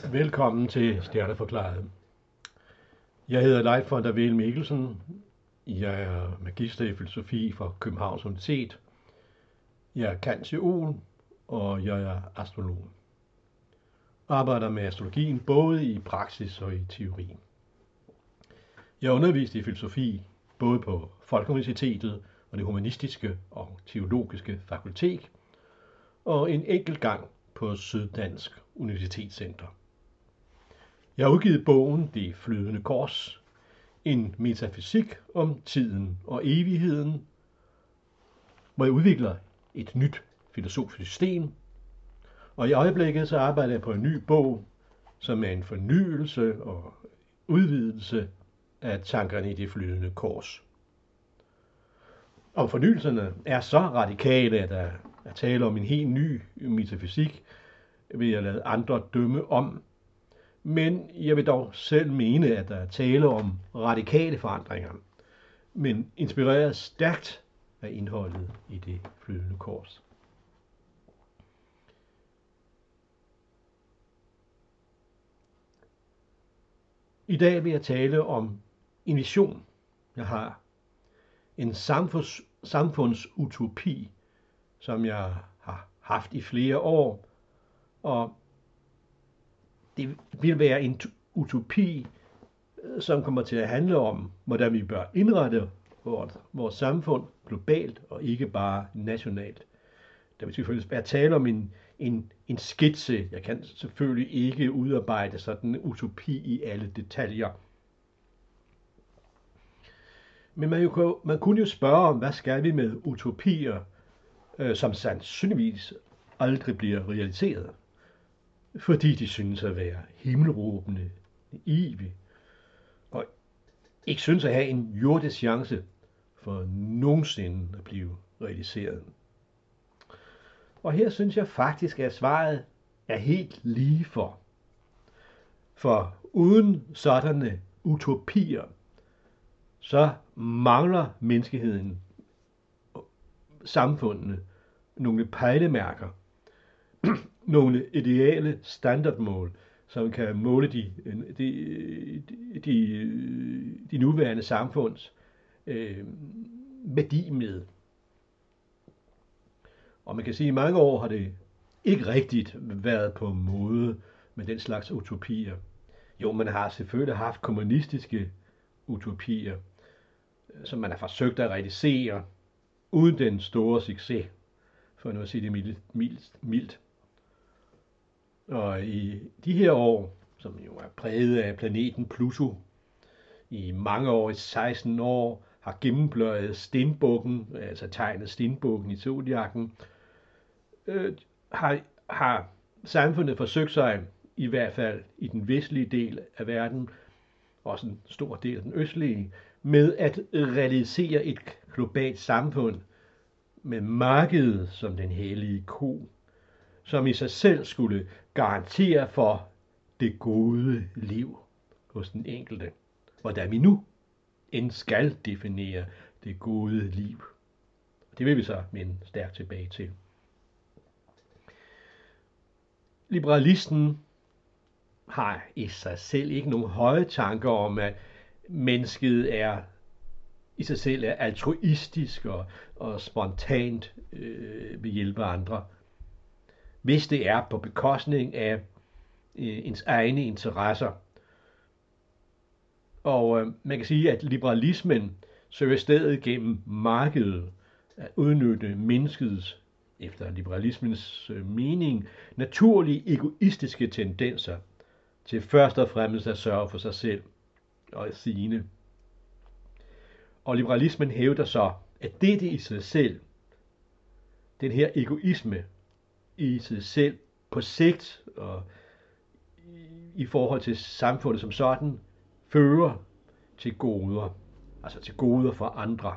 Velkommen til Stjerneforklaret. Jeg hedder Leif von der Vel Mikkelsen. Jeg er magister i filosofi fra Københavns Universitet. Jeg er kantiol, og jeg er astrolog. Arbejder med astrologien både i praksis og i teori. Jeg underviste i filosofi både på Folkeuniversitetet og det humanistiske og teologiske fakultet, og en enkelt gang på Syddansk Universitetscenter. Jeg har udgivet bogen Det flydende kors, en metafysik om tiden og evigheden, hvor jeg udvikler et nyt filosofisk system, og i øjeblikket så arbejder jeg på en ny bog, som er en fornyelse og udvidelse af tankerne i det flydende kors. Og fornyelserne er så radikale, at der er tale om en helt ny metafysik, vil jeg lade andre dømme om. Men jeg vil dog selv mene, at der er tale om radikale forandringer, men inspireret stærkt af indholdet i det flydende kors. I dag vil jeg tale om en vision, jeg har. En samfundsutopi, som jeg har haft i flere år, og det vil være en utopi, som kommer til at handle om, hvordan vi bør indrette vores samfund globalt og ikke bare nationalt. Der vil selvfølgelig være tale om en skitse. Jeg kan selvfølgelig ikke udarbejde sådan en utopi i alle detaljer. Men man kunne jo spørge om, hvad skal vi med utopier, som sandsynligvis aldrig bliver realiseret, fordi de synes at være himmelråbende, naive, og ikke synes at have en jordisk chance for nogensinde at blive realiseret. Og her synes jeg faktisk, at svaret er helt lige for. For uden sådanne utopier, så mangler menneskeheden, samfundene, nogle pejlemærker, nogle ideale standardmål, som kan måle de nuværende samfunds værdi med. Og man kan sige, at i mange år har det ikke rigtigt været på mode med den slags utopier. Jo, man har selvfølgelig haft kommunistiske utopier, som man har forsøgt at realisere uden den store succes, for nu at sige det mildt. Og i de her år, som jo er præget af planeten Pluto, i mange år, i 16 år, har gennempløjet stenbukken, altså tegnet stenbukken i zodiakken, har samfundet forsøgt sig, i hvert fald i den vestlige del af verden, også en stor del af den østlige, med at realisere et globalt samfund med markedet som den hellige ko, som i sig selv skulle garantere for det gode liv hos den enkelte. Hvordan vi nu end skal definere det gode liv. Det vil vi så vende stærkt tilbage til. Liberalisten har i sig selv ikke nogen høje tanker om, at mennesket i sig selv er altruistisk og spontant ved hjælpe andre, hvis det er på bekostning af ens egne interesser. Og man kan sige, at liberalismen søger stedet gennem markedet at udnytte menneskets, efter liberalismens mening, naturlige egoistiske tendenser til først og fremmest at sørge for sig selv og sine. Og liberalismen hævder så, at dette i sig selv, den her egoisme i sig selv på sigt og i forhold til samfundet som sådan, fører til goder, altså til goder for andre.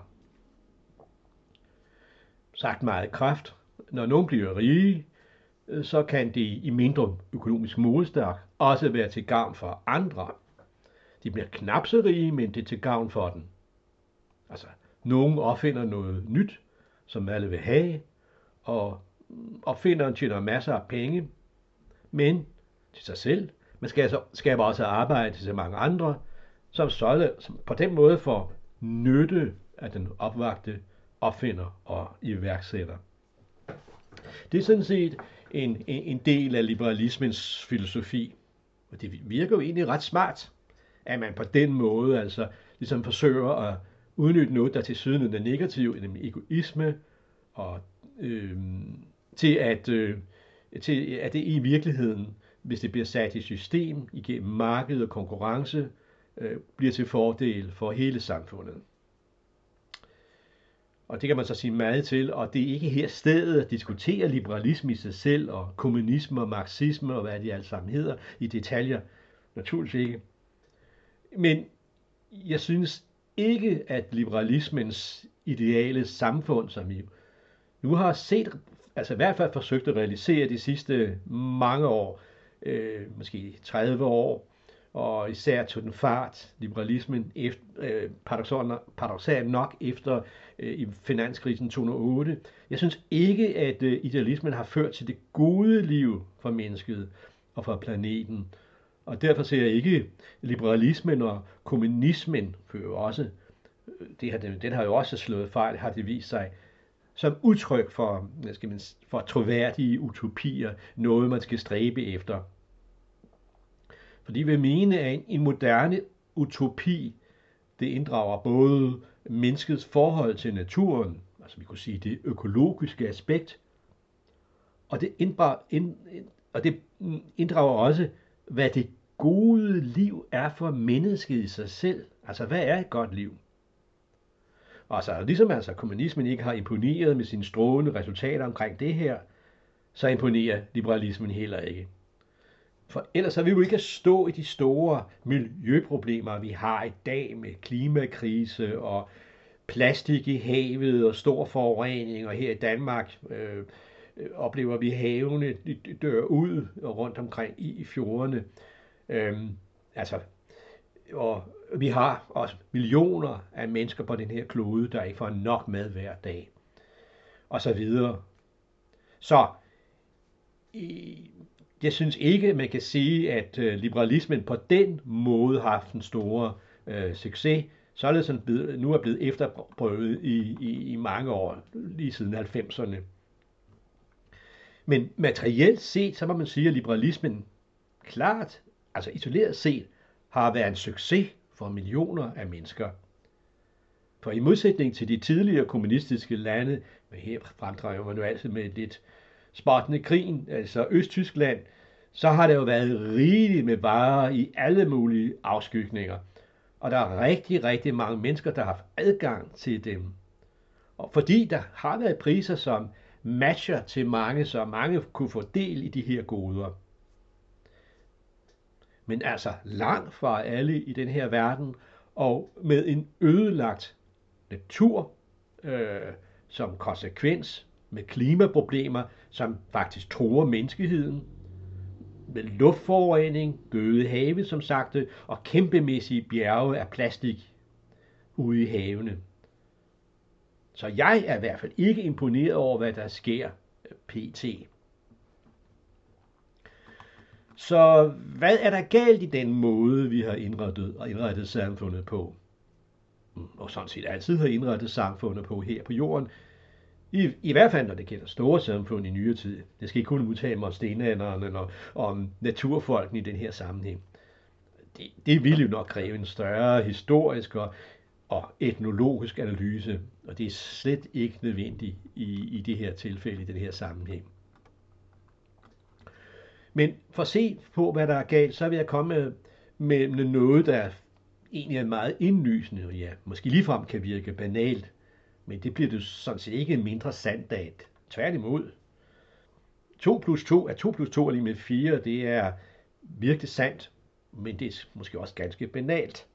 Sagt meget kraft, når nogen bliver rige, så kan det i mindre økonomisk målestok også være til gavn for andre. De bliver knap så rige, men det er til gavn for dem. Altså, nogen opfinder noget nyt, som alle vil have, og opfinderen tjener masser af penge, men til sig selv, Man skaber også arbejde til så mange andre, som på den måde får nytte af den opvagte opfinder og iværksætter. Det er sådan set en del af liberalismens filosofi, og det virker jo egentlig ret smart, at man på den måde altså ligesom forsøger at udnytte noget, der til syden er negativt, nemlig egoisme, og til at det i virkeligheden, hvis det bliver sat i system igennem marked og konkurrence, bliver til fordel for hele samfundet. Og det kan man så sige meget til, og det er ikke her stedet at diskutere liberalisme i sig selv, og kommunisme og marxisme og hvad de alle sammen hedder i detaljer. Naturligvis ikke. Men jeg synes ikke, at liberalismens ideale samfund, som vi nu har set, altså i hvert fald forsøgt at realisere de sidste mange år, måske 30 år, og især tog den fart, liberalismen, paradoksalt nok efter i finanskrisen 2008. Jeg synes ikke, at idealismen har ført til det gode liv for mennesket og for planeten. Og derfor ser jeg ikke liberalismen og kommunismen, den har jo også slået fejl, har det vist sig, som udtryk for troværdige utopier, noget man skal stræbe efter. Fordi vi mener, at en moderne utopi, det inddrager både menneskets forhold til naturen, altså vi kunne sige det økologiske aspekt, og det inddrager også, hvad det gode liv er for mennesket i sig selv. Altså, hvad er et godt liv? Og så ligesom kommunismen ikke har imponeret med sine strålende resultater omkring det her, så imponerer liberalismen heller ikke. For ellers så vil vi jo ikke stå i de store miljøproblemer, vi har i dag med klimakrise og plastik i havet og stor forurening. Og her i Danmark oplever vi havene dør ud og rundt omkring i fjordene. Og vi har også millioner af mennesker på den her klode, der ikke får nok mad hver dag. Og så videre. Så jeg synes ikke, man kan sige, at liberalismen på den måde har haft en stor succes, således som nu er blevet efterprøvet i mange år, lige siden 90'erne. Men materielt set, så må man sige, at liberalismen klart, altså isoleret set, har været en succes for millioner af mennesker. For i modsætning til de tidligere kommunistiske lande, men her fremtræder man jo altid med lidt spottende krigen, altså Østtyskland, så har det jo været rigeligt med varer i alle mulige afskygninger. Og der er rigtig, rigtig mange mennesker, der har haft adgang til dem. Og fordi der har været priser, som matcher til mange, så mange kunne få del i de her goder. Men altså langt fra alle i den her verden, og med en ødelagt natur som konsekvens, med klimaproblemer, som faktisk truer menneskeheden, med luftforurening, døde have som sagt, og kæmpemæssige bjerge af plastik ude i havene. Så jeg er i hvert fald ikke imponeret over, hvad der sker pt. Så hvad er der galt i den måde, vi har indrettet samfundet på? Og sådan set altid har indrettet samfundet på her på jorden. I hvert fald, når det gælder store samfund i nyere tid. Det skal ikke kun udtale mig om stenalderen eller om naturfolkene i den her sammenhæng. Det ville jo nok kræve en større historisk og etnologisk analyse, og det er slet ikke nødvendigt i det her tilfælde, i den her sammenhæng. Men for at se på, hvad der er galt, så vil jeg komme med noget, der egentlig er meget indlysende, og ja, måske ligefrem kan virke banalt, men det bliver det sådan set ikke mindre sandt af. Tværtimod. 2 plus 2 er lige med 4, det er virkelig sandt, men det er måske også ganske banalt.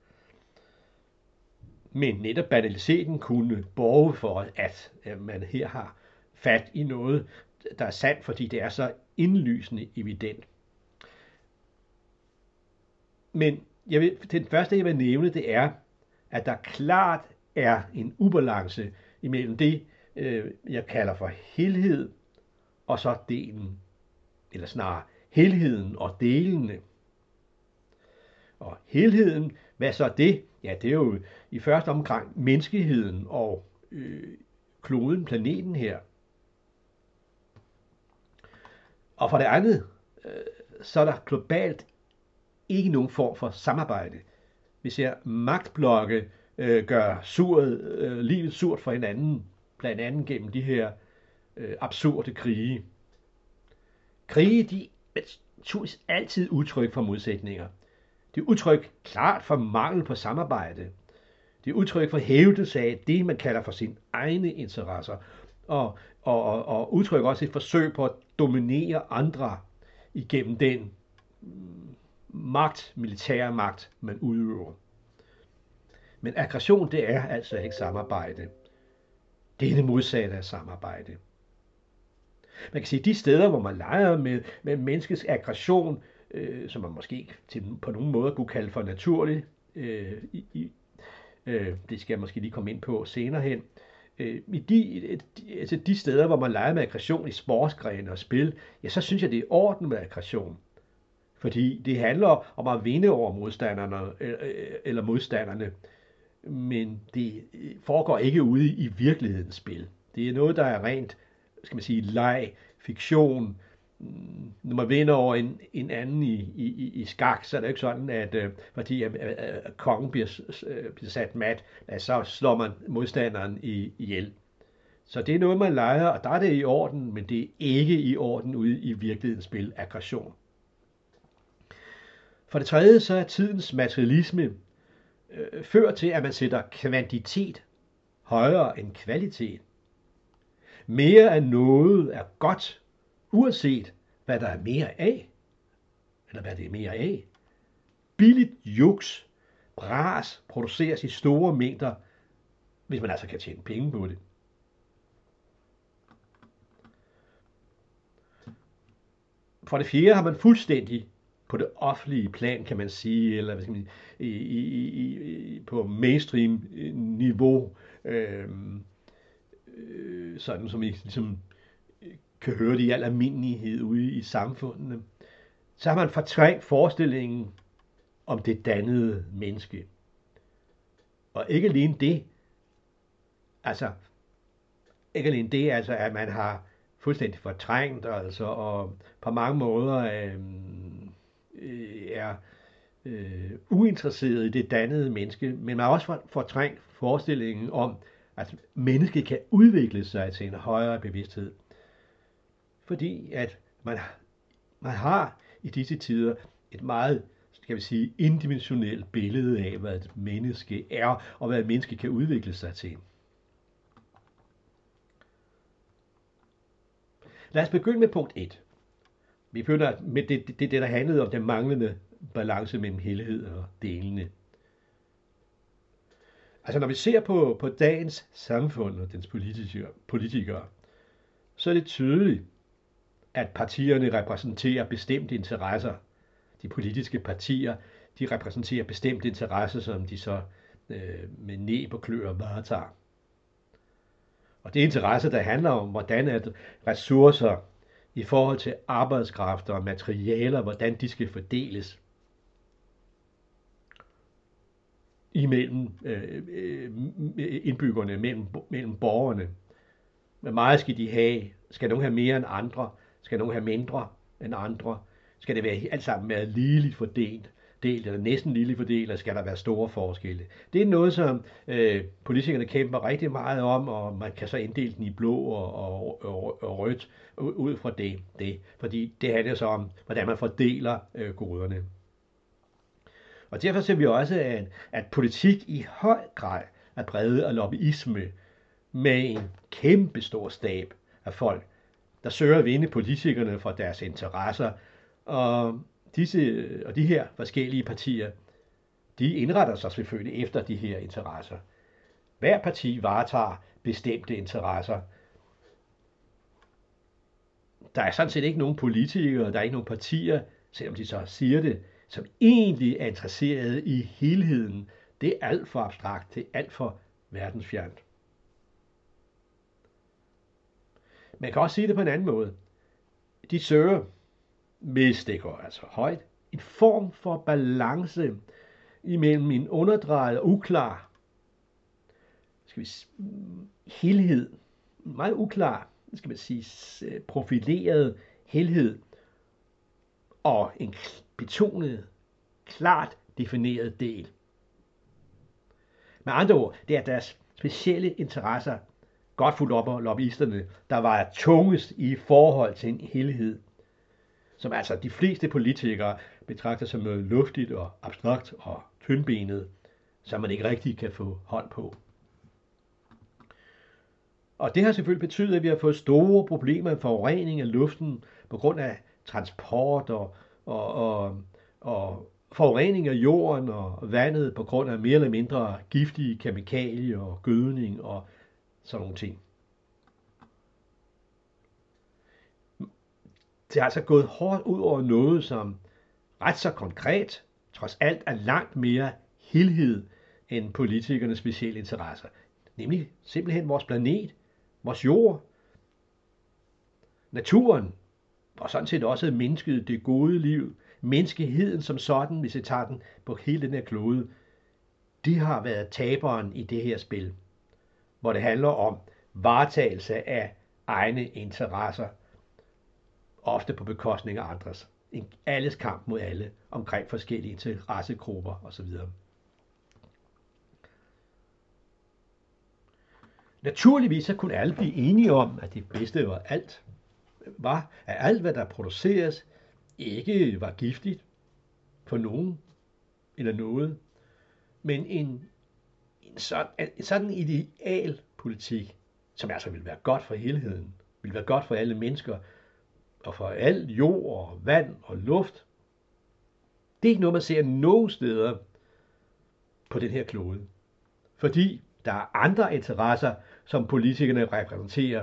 Men netop banaliteten kunne borge for, at man her har fat i noget, der er sandt, fordi det er så indlysende evident. Men den første, jeg vil nævne, det er, at der klart er en ubalance imellem det, jeg kalder for helhed, og så delen, eller snarere helheden og delene. Og helheden, hvad så det? Ja, det er jo i første omgang menneskeheden og kloden, planeten her. Og for det andet, så er der globalt ikke nogen form for samarbejde. Vi ser magtblokke gør livet surt for hinanden, blandt andet gennem de her absurde krige. Krige, de er naturligvis altid udtryk for modsætninger. Det er udtryk klart for mangel på samarbejde. Det er udtryk for hævdelse af det, man kalder for sine egne interesser. Og udtryk også et forsøg på at dominere andre igennem den militære magt, man udøver. Men aggression, det er altså ikke samarbejde. Det er det modsatte af samarbejde. Man kan sige, at de steder, hvor man leger med menneskets aggression, som man måske ikke på nogen måde kunne kalde for naturlig, det skal jeg måske lige komme ind på senere hen, de steder, hvor man leger med aggression i sportsgrene og spil, ja, så synes jeg, det er orden med aggression. Fordi det handler om at vinde over modstanderne, men det foregår ikke ude i virkelighedens spil. Det er noget, der er rent, skal man sige, leg, fiktion. Når man vinder over en anden i skak, så er det ikke sådan, at fordi kongen bliver sat mat, så slår man modstanderen ihjel. Så det er noget, man leger, og der er det i orden, men det er ikke i orden ude i virkelighedens spil, aggression. For det tredje, så er tidens materialisme fører til, at man sætter kvantitet højere end kvalitet. Mere af noget er godt, uanset hvad der er mere af, eller hvad det er mere af. Billigt juks, bras produceres i store mængder, hvis man altså kan tjene penge på det. For det fjerde har man fuldstændig på det offentlige plan, kan man sige, eller hvad skal man sige, på mainstream-niveau, sådan som I ligesom kan høre det i al almindelighed ude i samfundene, så har man fortrængt forestillingen om det dannede menneske. Og ikke alene det, at man har fuldstændig fortrængt, altså, og på mange måder er uinteresseret i det dannede menneske, men man har også fortrængt forestillingen om, at mennesket kan udvikle sig til en højere bevidsthed. Fordi at man har i disse tider et meget, skal vi sige, indimensionelt billede af, hvad et menneske er, og hvad et menneske kan udvikle sig til. Lad os begynde med punkt 1. Vi begynder med det, der handlede om den manglende balance mellem helhed og delene. Altså når vi ser på dagens samfund og dens politikere, så er det tydeligt, at partierne repræsenterer bestemte interesser. De politiske partier, de repræsenterer bestemte interesser, som de så med næb og kløer varetager. Og det er interesser, der handler om, hvordan at ressourcer i forhold til arbejdskraft og materialer, hvordan de skal fordeles imellem indbyggerne, mellem borgerne. Hvor meget skal de have? Skal nogen have mere end andre? Skal nogen have mindre end andre? Skal det være alt sammen være ligeligt fordelt, eller næsten ligeligt fordelt, eller skal der være store forskelle? Det er noget, som politikerne kæmper rigtig meget om, og man kan så inddele den i blå og rødt ud fra det. Fordi det handler så om, hvordan man fordeler goderne. Og derfor ser vi også, at politik i høj grad er præget af lobbyisme med en kæmpe stor stab af folk, der søger at vinde politikerne for deres interesser. Og de her forskellige partier, de indretter sig selvfølgelig efter de her interesser. Hver parti varetager bestemte interesser. Der er sådan set ikke nogen politikere, der er ikke nogen partier, selvom de så siger det, som egentlig er interesseret i helheden. Det er alt for abstrakt, det er alt for verdensfjernt. Man kan også sige det på en anden måde. De søger, hvis det går altså højt, en form for balance imellem en underdrejet og uklar helhed, meget uklar, skal man sige, profileret helhed, og en betonet, klart defineret del. Med andre ord, det er deres specielle interesser, godt fuldt op af lobbyisterne, der vejer tungest i forhold til en helhed, som altså de fleste politikere betragter som noget luftigt og abstrakt og tyndbenet, som man ikke rigtig kan få hånd på. Og det har selvfølgelig betydet, at vi har fået store problemer med forurening af luften på grund af transport og forurening af jorden og vandet på grund af mere eller mindre giftige kemikalier og gødning og sådan nogle ting. Det er altså gået hårdt ud over noget, som ret så konkret, trods alt er langt mere helhed end politikernes specielle interesser. Nemlig simpelthen vores planet, vores jord, naturen, og sådan set også mennesket, det gode liv, menneskeheden som sådan, hvis vi tager den på hele den her klode, de har været taberen i det her spil, hvor det handler om varetagelse af egne interesser, ofte på bekostning af andres. Alles kamp mod alle omkring forskellige interessegrupper osv. Naturligvis så kunne alle blive enige om, at det bedste var, at alt, hvad der produceres, ikke var giftigt for nogen eller noget, men en sådan ideal politik, som altså ville være godt for helheden, ville være godt for alle mennesker, og for al jord og vand og luft. Det er ikke noget, man ser nogen steder på den her klode, fordi der er andre interesser, som politikerne repræsenterer,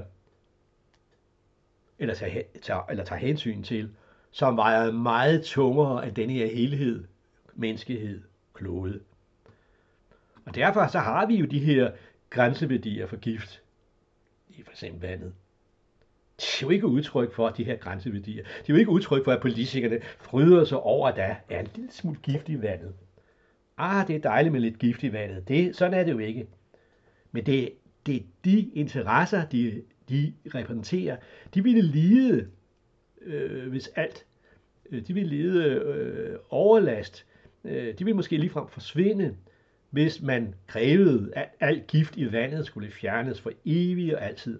eller tager hensyn til, som vejer meget tungere end denne her helhed, menneskehed, klode. Og derfor så har vi jo de her grænseværdier for gift i for eksempel vandet. Det er jo ikke udtryk for de her grænseværdier. Det er jo ikke udtryk for, at politikerne fryder sig over, at der er en lille smule gift i vandet. Det er dejligt med lidt gift i vandet. Sådan er det jo ikke. Men det er de interesser, de repræsenterer. De ville lide, hvis alt. De ville lide overlast. De ville måske ligefrem forsvinde, hvis man krævede, at alt gift i vandet skulle fjernes for evigt og altid.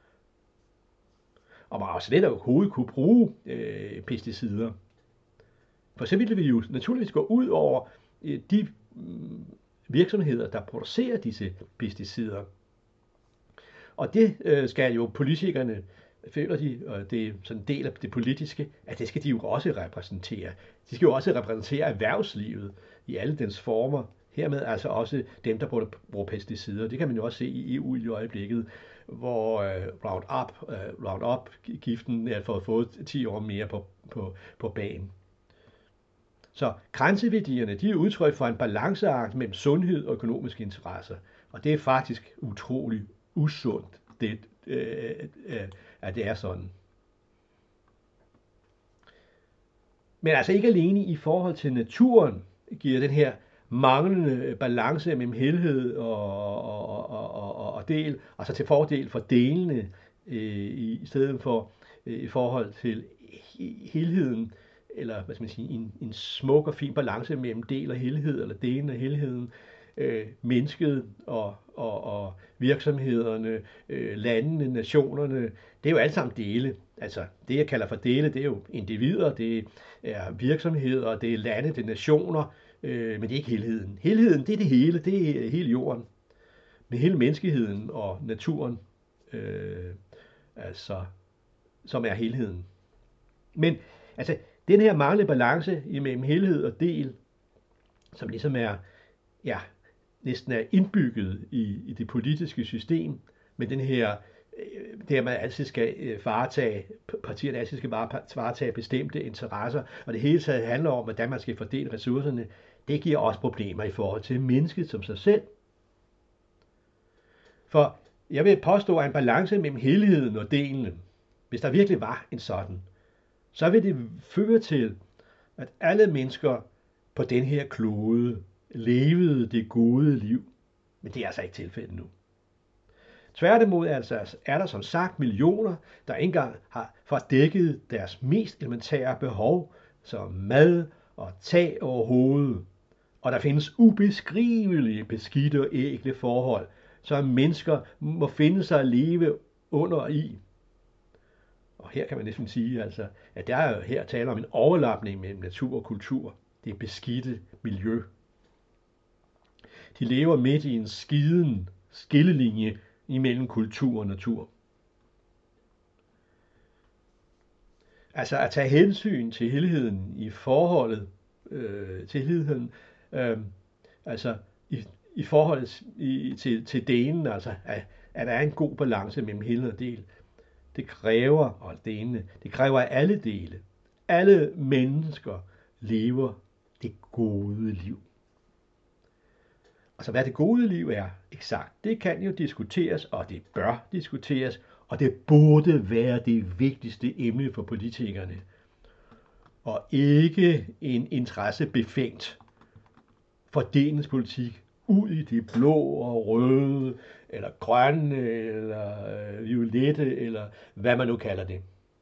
Og man også slet overhovedet kunne bruge pesticider. For så ville vi jo naturligvis gå ud over de virksomheder, der producerer disse pesticider. Og det skal jo politikerne, føler de, og det er sådan en del af det politiske, at det skal de jo også repræsentere. De skal jo også repræsentere erhvervslivet i alle dens former. Hermed altså også dem, der bruger pesticider. Det kan man jo også se i EU i øjeblikket, hvor Roundup-giften er for at få 10 år mere på banen. Så grænseværdierne, de er udtryk for en balanceakt mellem sundhed og økonomiske interesser. Og det er faktisk utrolig usundt, at det er sådan. Men altså ikke alene i forhold til naturen giver den her manglende balance mellem helhed og del, altså til fordel for delene i stedet for i forhold til helheden, eller hvad skal man sige, en smuk og fin balance mellem del og helhed, eller delen af helheden, mennesket og virksomhederne, landene, nationerne, det er jo alle sammen dele. Altså det jeg kalder for dele, det er jo individer, det er virksomheder, det er lande, det er nationer, men det er ikke helheden. Helheden, det er det hele, det er hele jorden. Med hele menneskeheden og naturen, altså, som er helheden. Men altså, den her manglende balance imellem helhed og del, som ligesom er, næsten er indbygget i det politiske system, men den her, det man altid skal partierne altid skal varetage bestemte interesser, og det hele taget handler om, hvordan man skal fordele ressourcerne, det giver også problemer i forhold til mennesket som sig selv. For jeg vil påstå, at en balance mellem helheden og delene, hvis der virkelig var en sådan, så vil det føre til, at alle mennesker på den her klode levede det gode liv. Men det er altså ikke tilfældet nu. Tværtimod altså, er der som sagt millioner, der ikke engang har fået dækket deres mest elementære behov, som mad og tag over hovedet. Og der findes ubeskrivelige beskidte og ægle forhold, som mennesker må finde sig at leve under og i. Og her kan man næsten sige, altså, at der er jo her tale om en overlapning mellem natur og kultur. Det er beskidte miljø. De lever midt i en skiden skillelinje imellem kultur og natur. Altså at tage hensyn til helheden i forholdet til helheden, altså i forhold til delen, altså at der er en god balance mellem helhed og del. Det kræver, det kræver at alle dele, alle mennesker lever det gode liv. Altså hvad det gode liv er eksakt, det kan jo diskuteres, og det bør diskuteres, og det burde være det vigtigste emne for politikerne. Og ikke en interessebefængt fordelingspolitik ud i det blå og røde, eller grønne, eller violette, eller hvad man nu kalder det.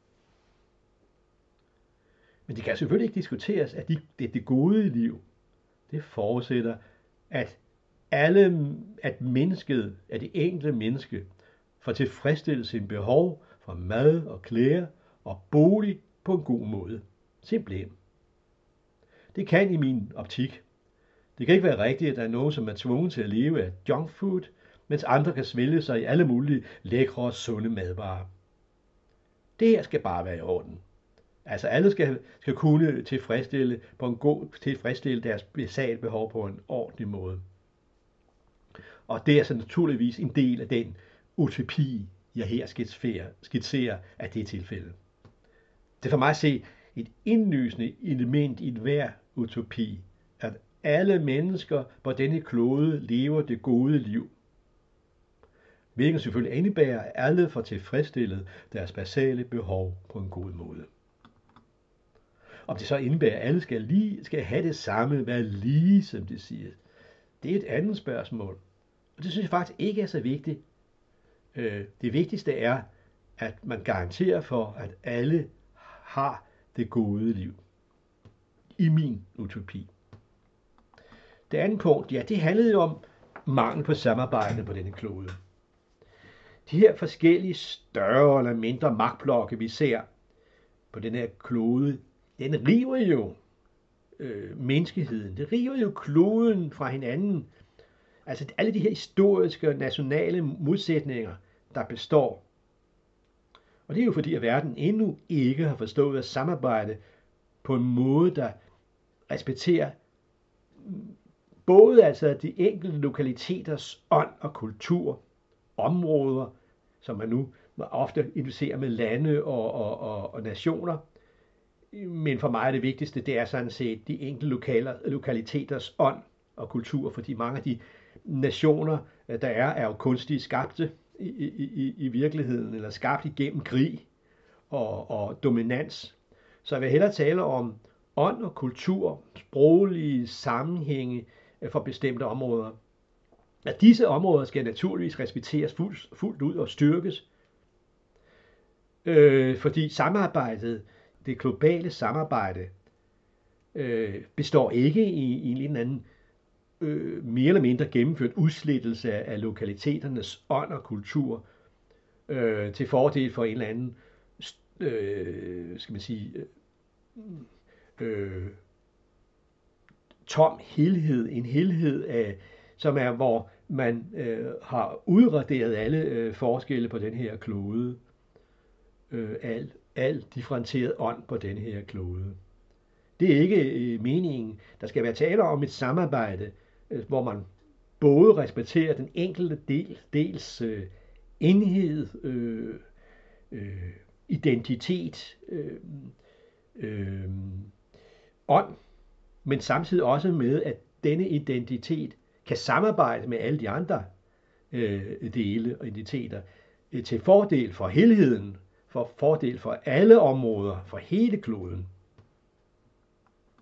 Men det kan selvfølgelig ikke diskuteres, at det gode liv, det forudsætter, at mennesket, at det enkelte menneske, får tilfredsstillet sine behov for mad og klæder og bolig på en god måde. Simpelthen. Det kan i min optik. Det kan ikke være rigtigt, at der er nogen, som er tvunget til at leve af junk food, mens andre kan svælge sig i alle mulige lækre og sunde madvarer. Det her skal bare være i orden. Altså alle skal kunne tilfredsstille deres basale behov på en ordentlig måde. Og det er så naturligvis en del af den utopi, jeg her skitserer af det tilfælde. Det er for mig at se et indlysende element i enhver utopi, at alle mennesker på denne klode lever det gode liv. Hvilket selvfølgelig indebærer, at alle får tilfredsstillet deres basale behov på en god måde. Om det så indebærer, at alle skal have det samme, være lige, som det siger, det er et andet spørgsmål. Og det synes jeg faktisk ikke er så vigtigt. Det vigtigste er, at man garanterer for, at alle har det gode liv. I min utopi. Det andet punkt, ja, det handlede jo om mangel på samarbejde på denne klode. De her forskellige større eller mindre magtblokke, vi ser på den her klode, den river jo menneskeheden. Det river jo kloden fra hinanden. Altså alle de her historiske og nationale modsætninger, der består. Og det er jo fordi, at verden endnu ikke har forstået at samarbejde på en måde, der respekterer både altså de enkelte lokaliteters ånd og kultur, områder, som man nu ofte identificerer med lande og nationer. Men for mig er det vigtigste, det er sådan set de enkelte lokaliteters ånd og kultur, fordi mange af de nationer, der er jo kunstigt skabte i virkeligheden, eller skabt igennem krig og dominans. Så jeg vil hellere tale om ånd og kultur, sproglige sammenhænge for bestemte områder. At disse områder skal naturligvis respekteres fuldt ud og styrkes, fordi samarbejdet, det globale samarbejde, består ikke i en eller anden mere eller mindre gennemført udslettelse af lokaliteternes ånd og kultur til fordel for en eller anden skal man sige tom helhed, en helhed af, som er, hvor man har udraderet alle forskelle på den her klode, al differentieret ånd på den her klode. Det er ikke meningen. Der skal være tale om et samarbejde, hvor man både respekterer den enkelte dels enhed, identitet, ånd, men samtidig også med, at denne identitet kan samarbejde med alle de andre dele og identiteter til fordel for helheden, for fordel for alle områder, for hele kloden.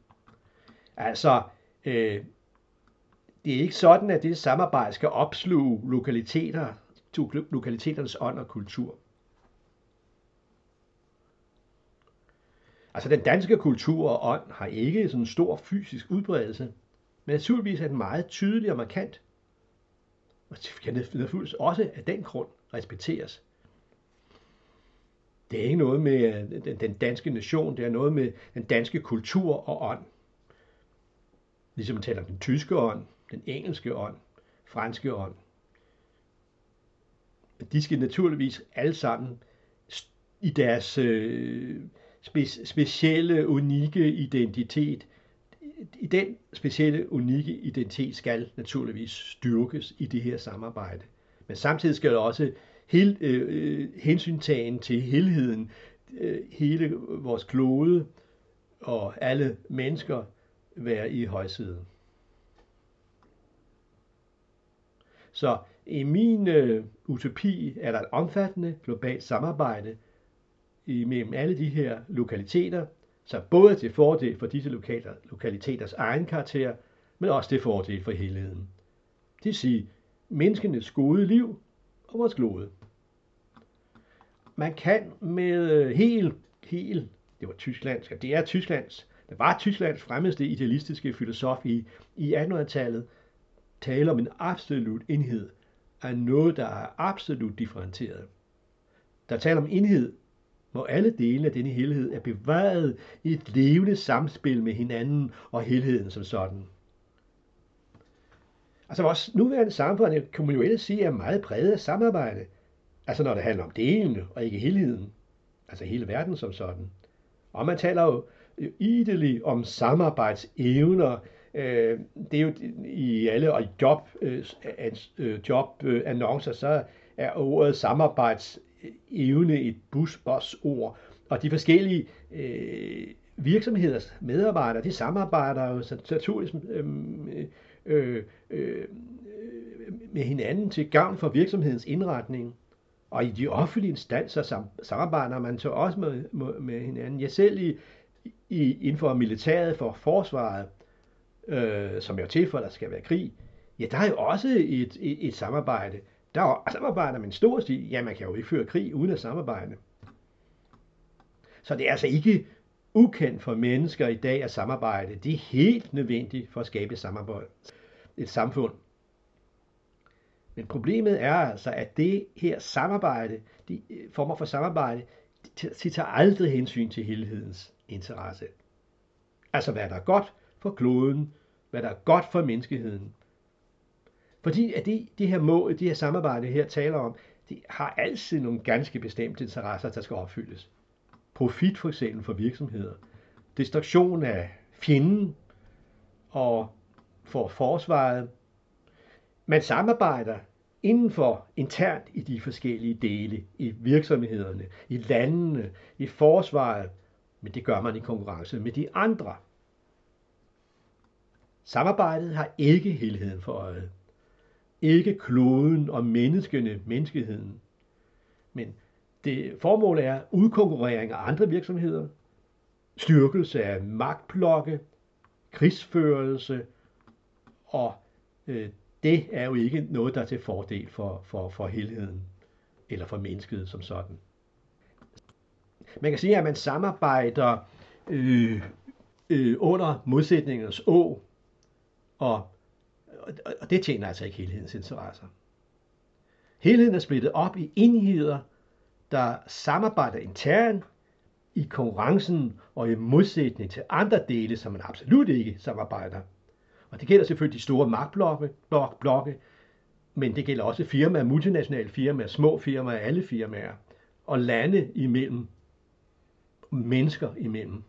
Altså, det er ikke sådan, at det samarbejde skal opsluge lokaliteternes ånd og kultur. Altså, den danske kultur og ånd har ikke sådan en stor fysisk udbredelse, men naturligvis er den meget tydelig og markant. Og det kan naturligvis også af den grund respekteres. Det er ikke noget med den danske nation, det er noget med den danske kultur og ånd. Ligesom man taler om den tyske ånd, den engelske ånd, franske ånd. De skal naturligvis alle sammen i deres specielle, unikke identitet. I den specielle, unikke identitet skal naturligvis styrkes i det her samarbejde. Men samtidig skal der også hensyntagen til helheden, hele vores klode og alle mennesker være i højsædet. Så i min utopi er der et omfattende globalt samarbejde mellem alle de her lokaliteter, så både til fordel for disse lokaliteters egen karakter, men også til fordel for helheden. Det vil sige menneskenes gode liv og vores klode. Man kan med det var Tysklands fremmeste idealistiske filosof i 1800-tallet, tale om en absolut enhed af noget, der er absolut differentieret. Der taler om enhed, hvor alle dele af denne helhed er bevaret i et levende samspil med hinanden og helheden som sådan. Altså vores nuværende samfund, kan man jo ellers sige, er meget præget af samarbejde. Altså når det handler om delene og ikke helheden. Altså hele verden som sådan. Og man taler jo idelig om samarbejdsevner. Det er jo i alle og jobannoncer, så er ordet samarbejdsevne et buzzord. Og de forskellige virksomheders medarbejdere, de samarbejder jo naturligvis med hinanden til gavn for virksomhedens indretning. Og i de offentlige instanser samarbejder man så også med hinanden. Jeg selv inden for militæret, for forsvaret, som er til for, at der skal være krig, ja, der er jo også et samarbejde. Der samarbejder man stor stil. Ja, man kan jo ikke føre krig uden at samarbejde. Så det er altså ikke ukendt for mennesker i dag at samarbejde. Det er helt nødvendigt for at skabe et samfund. Men problemet er altså, at det her samarbejde, de former for samarbejde, de tager aldrig hensyn til helhedens interesse. Altså hvad der er godt for kloden, hvad der er godt for menneskeheden. Fordi at det her samarbejde her taler om, de har altid nogle ganske bestemte interesser, der skal opfyldes. Profit for eksempel for virksomheder, destruktion af fjenden og for forsvaret. Man samarbejder internt i de forskellige dele, i virksomhederne, i landene, i forsvaret, men det gør man i konkurrence med de andre. Samarbejdet har ikke helheden for øje. Ikke kloden og menneskeheden. Men formålet er udkonkurrering af andre virksomheder, styrkelse af magtblokke, krigsførelse, og det er jo ikke noget, der er til fordel for helheden eller for mennesket som sådan. Man kan sige, at man samarbejder under modsætningernes å, og det tjener altså ikke helhedens interesser. Helheden er splittet op i enheder, der samarbejder internt i konkurrencen og i modsætning til andre dele, som man absolut ikke samarbejder. Og det gælder selvfølgelig de store magtblokke, men det gælder også firmaer, multinationale firmaer, små firmaer, alle firmaer, og lande imellem, mennesker imellem.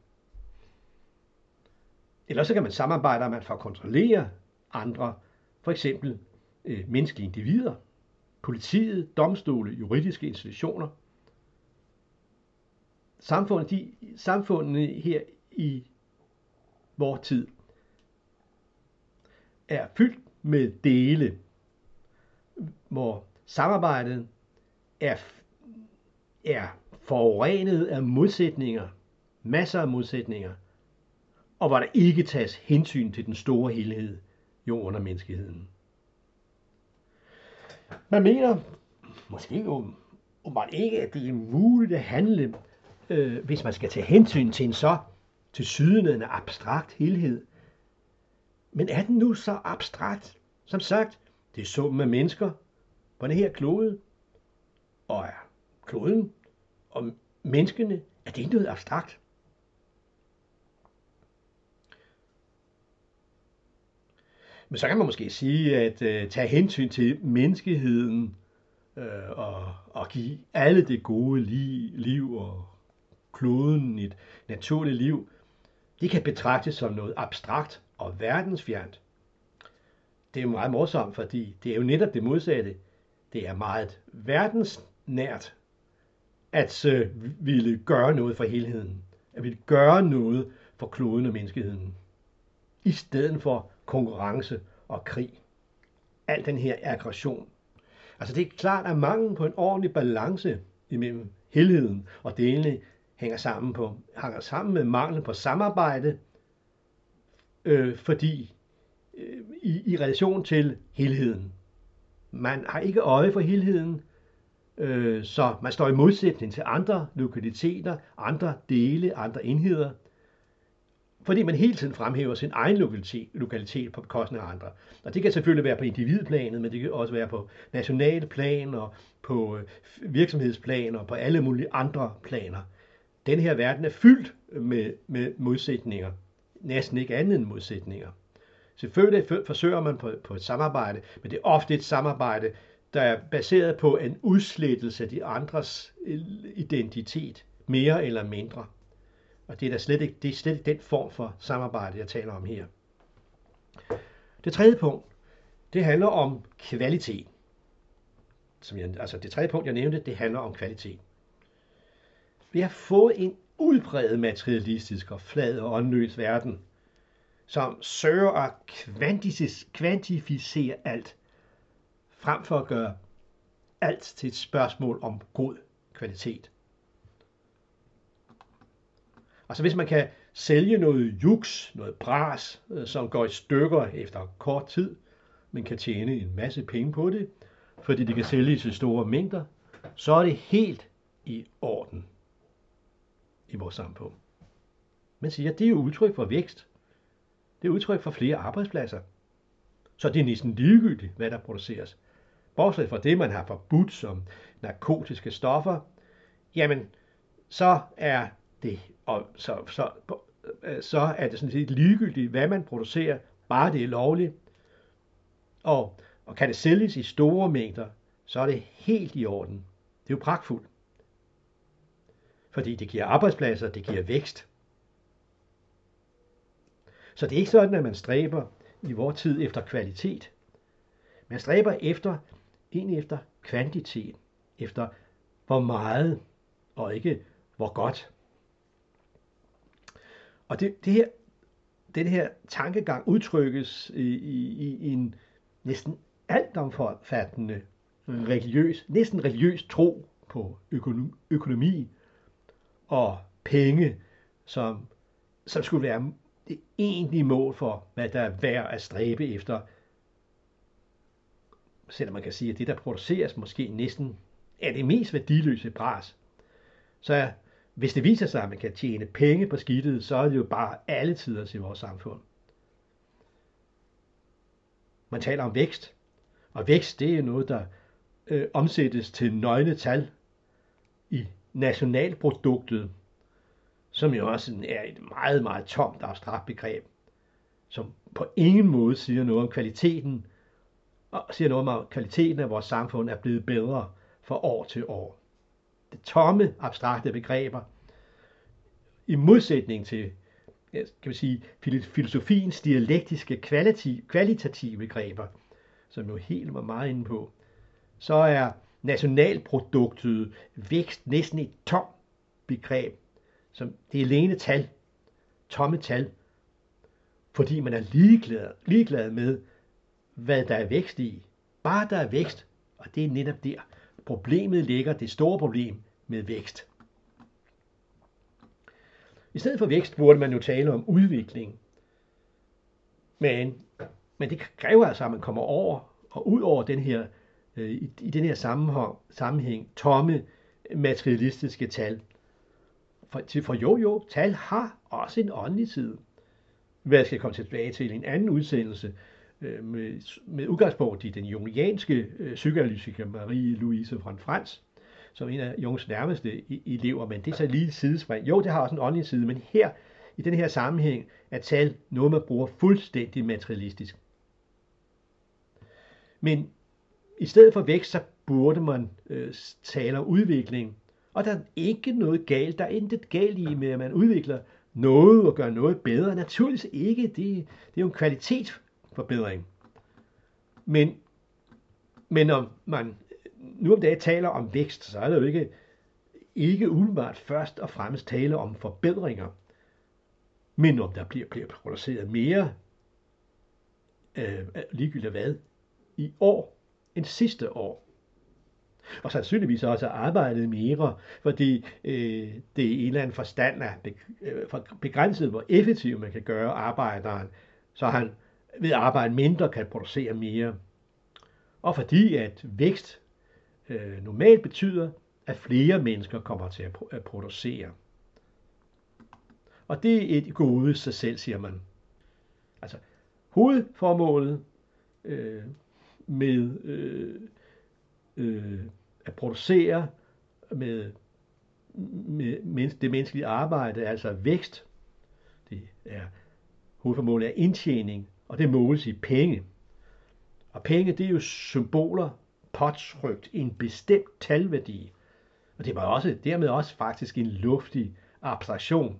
Ellers så kan man samarbejde, at man får kontrollere andre, for eksempel menneskelige individer, politiet, domstole, juridiske institutioner. Samfundene her i vor tid er fyldt med dele, hvor samarbejdet er forurenet af modsætninger, masser af modsætninger, og hvor der ikke tages hensyn til den store helhed, jorden og menneskeheden. Man mener måske jo ikke, at det er muligt at handle, hvis man skal tage hensyn til en så tilsyneladende abstrakt helhed. Men er den nu så abstrakt? Som sagt, det er summen af mennesker på den her klode, og er kloden og menneskene, er det noget abstrakt? Men så kan man måske sige, at tage hensyn til menneskeheden og give alle det gode liv og kloden et naturligt liv, det kan betragtes som noget abstrakt og verdensfjernt. Det er jo meget morsomt, fordi det er jo netop det modsatte. Det er meget verdensnært at ville gøre noget for helheden. At ville gøre noget for kloden og menneskeheden. I stedet for konkurrence og krig. Al den her aggression. Altså det er klart, at manglen på en ordentlig balance imellem helheden og delene hænger sammen med manglen på samarbejde, fordi i relation til helheden. Man har ikke øje for helheden, så man står i modsætning til andre lokaliteter, andre dele, andre enheder, fordi man hele tiden fremhæver sin egen lokalitet på bekostning af andre. Og det kan selvfølgelig være på individplanet, men det kan også være på nationale plan og på virksomhedsplan og på alle mulige andre planer. Den her verden er fyldt med modsætninger. Næsten ikke andet end modsætninger. Selvfølgelig forsøger man på et samarbejde, men det er ofte et samarbejde, der er baseret på en udslettelse af de andres identitet, mere eller mindre. Og det er slet ikke den form for samarbejde, jeg taler om her. Det tredje punkt, det handler om kvalitet. Det tredje punkt, jeg nævnte, det handler om kvalitet. Vi har fået en udpræget materialistisk og flad og åndløs verden, som søger at kvantificere alt, frem for at gøre alt til et spørgsmål om god kvalitet. Altså hvis man kan sælge noget juks, noget bras, som går i stykker efter kort tid, men kan tjene en masse penge på det, fordi det kan sælges i store mængder, så er det helt i orden i vores samfund. Man siger, at det er jo udtryk for vækst. Det er udtryk for flere arbejdspladser. Så det er næsten ligegyldigt, hvad der produceres. Bortset fra det, man har forbudt som narkotiske stoffer, jamen, så er det sådan set ligegyldigt, hvad man producerer, bare det er lovligt. Og kan det sælges i store mængder, så er det helt i orden. Det er jo pragtfuldt. Fordi det giver arbejdspladser, det giver vækst. Så det er ikke sådan, at man stræber i vores tid efter kvalitet. Man stræber efter kvantitet, efter hvor meget, og ikke hvor godt. Og den her tankegang udtrykkes i en næsten altomfattende næsten religiøs tro på økonomi og penge, som skulle være det egentlige mål for, hvad der er værd at stræbe efter. Selvom man kan sige, at det, der produceres, måske næsten er det mest værdiløse bras. Så hvis det viser sig, at man kan tjene penge på skidtet, så er det jo bare alle tider i vores samfund. Man taler om vækst, og vækst det er noget, der omsættes til nøgne tal i nationalproduktet, som jo også er et meget, meget tomt abstrakt begreb, som på ingen måde siger noget om kvaliteten, og siger noget om, at kvaliteten af vores samfund er blevet bedre fra år til år. Det tomme, abstrakte begreber, i modsætning til filosofiens dialektiske kvalitative begreber, som jo helt var meget inde på, så er nationalproduktet vækst næsten et tomt begreb, som det er alene tal, tomme tal, fordi man er ligeglad med, hvad der er vækst i. Bare der er vækst, og det er netop der, problemet ligger, det store problem med vækst. I stedet for vækst burde man jo tale om udvikling. Men det kræver altså, at man kommer over og ud over den her, i den her sammenhæng tomme materialistiske tal. For jo, tal har også en åndelig side. Hvad jeg skal komme tilbage til i en anden udsendelse, med udgangspunkt i den jungianske psykoanalytiker Marie-Louise von Franz, som en af Jungs nærmeste elever, men det er så lige et sidespring. Jo, det har også en åndelig side, men her, i den her sammenhæng, er tal noget, man bruger fuldstændig materialistisk. Men i stedet for vækst, så burde man tale om udvikling. Og der er ikke noget galt. Der er intet galt i med, at man udvikler noget og gør noget bedre. Naturligvis ikke. Det er jo en kvalitetsforbedring. Men når man nu om dagen taler om vækst, så er det jo ikke umiddelbart først og fremmest tale om forbedringer. Men om der bliver produceret mere, ligegyldigt hvad, i år end sidste år. Og sandsynligvis også arbejdet mere, fordi det i en eller anden forstand er begrænset, hvor effektivt man kan gøre arbejderen, så han ved at arbejde mindre kan producere mere. Og fordi at vækst normalt betyder, at flere mennesker kommer til at producere. Og det er et gode sig selv, siger man. Altså hovedformålet med at producere med det menneskelige arbejde, altså vækst. Det er hovedformålet af indtjening, og det måles i penge. Og penge, det er jo symboler påtrykt i en bestemt talværdi. Og det var dermed også faktisk en luftig abstraktion,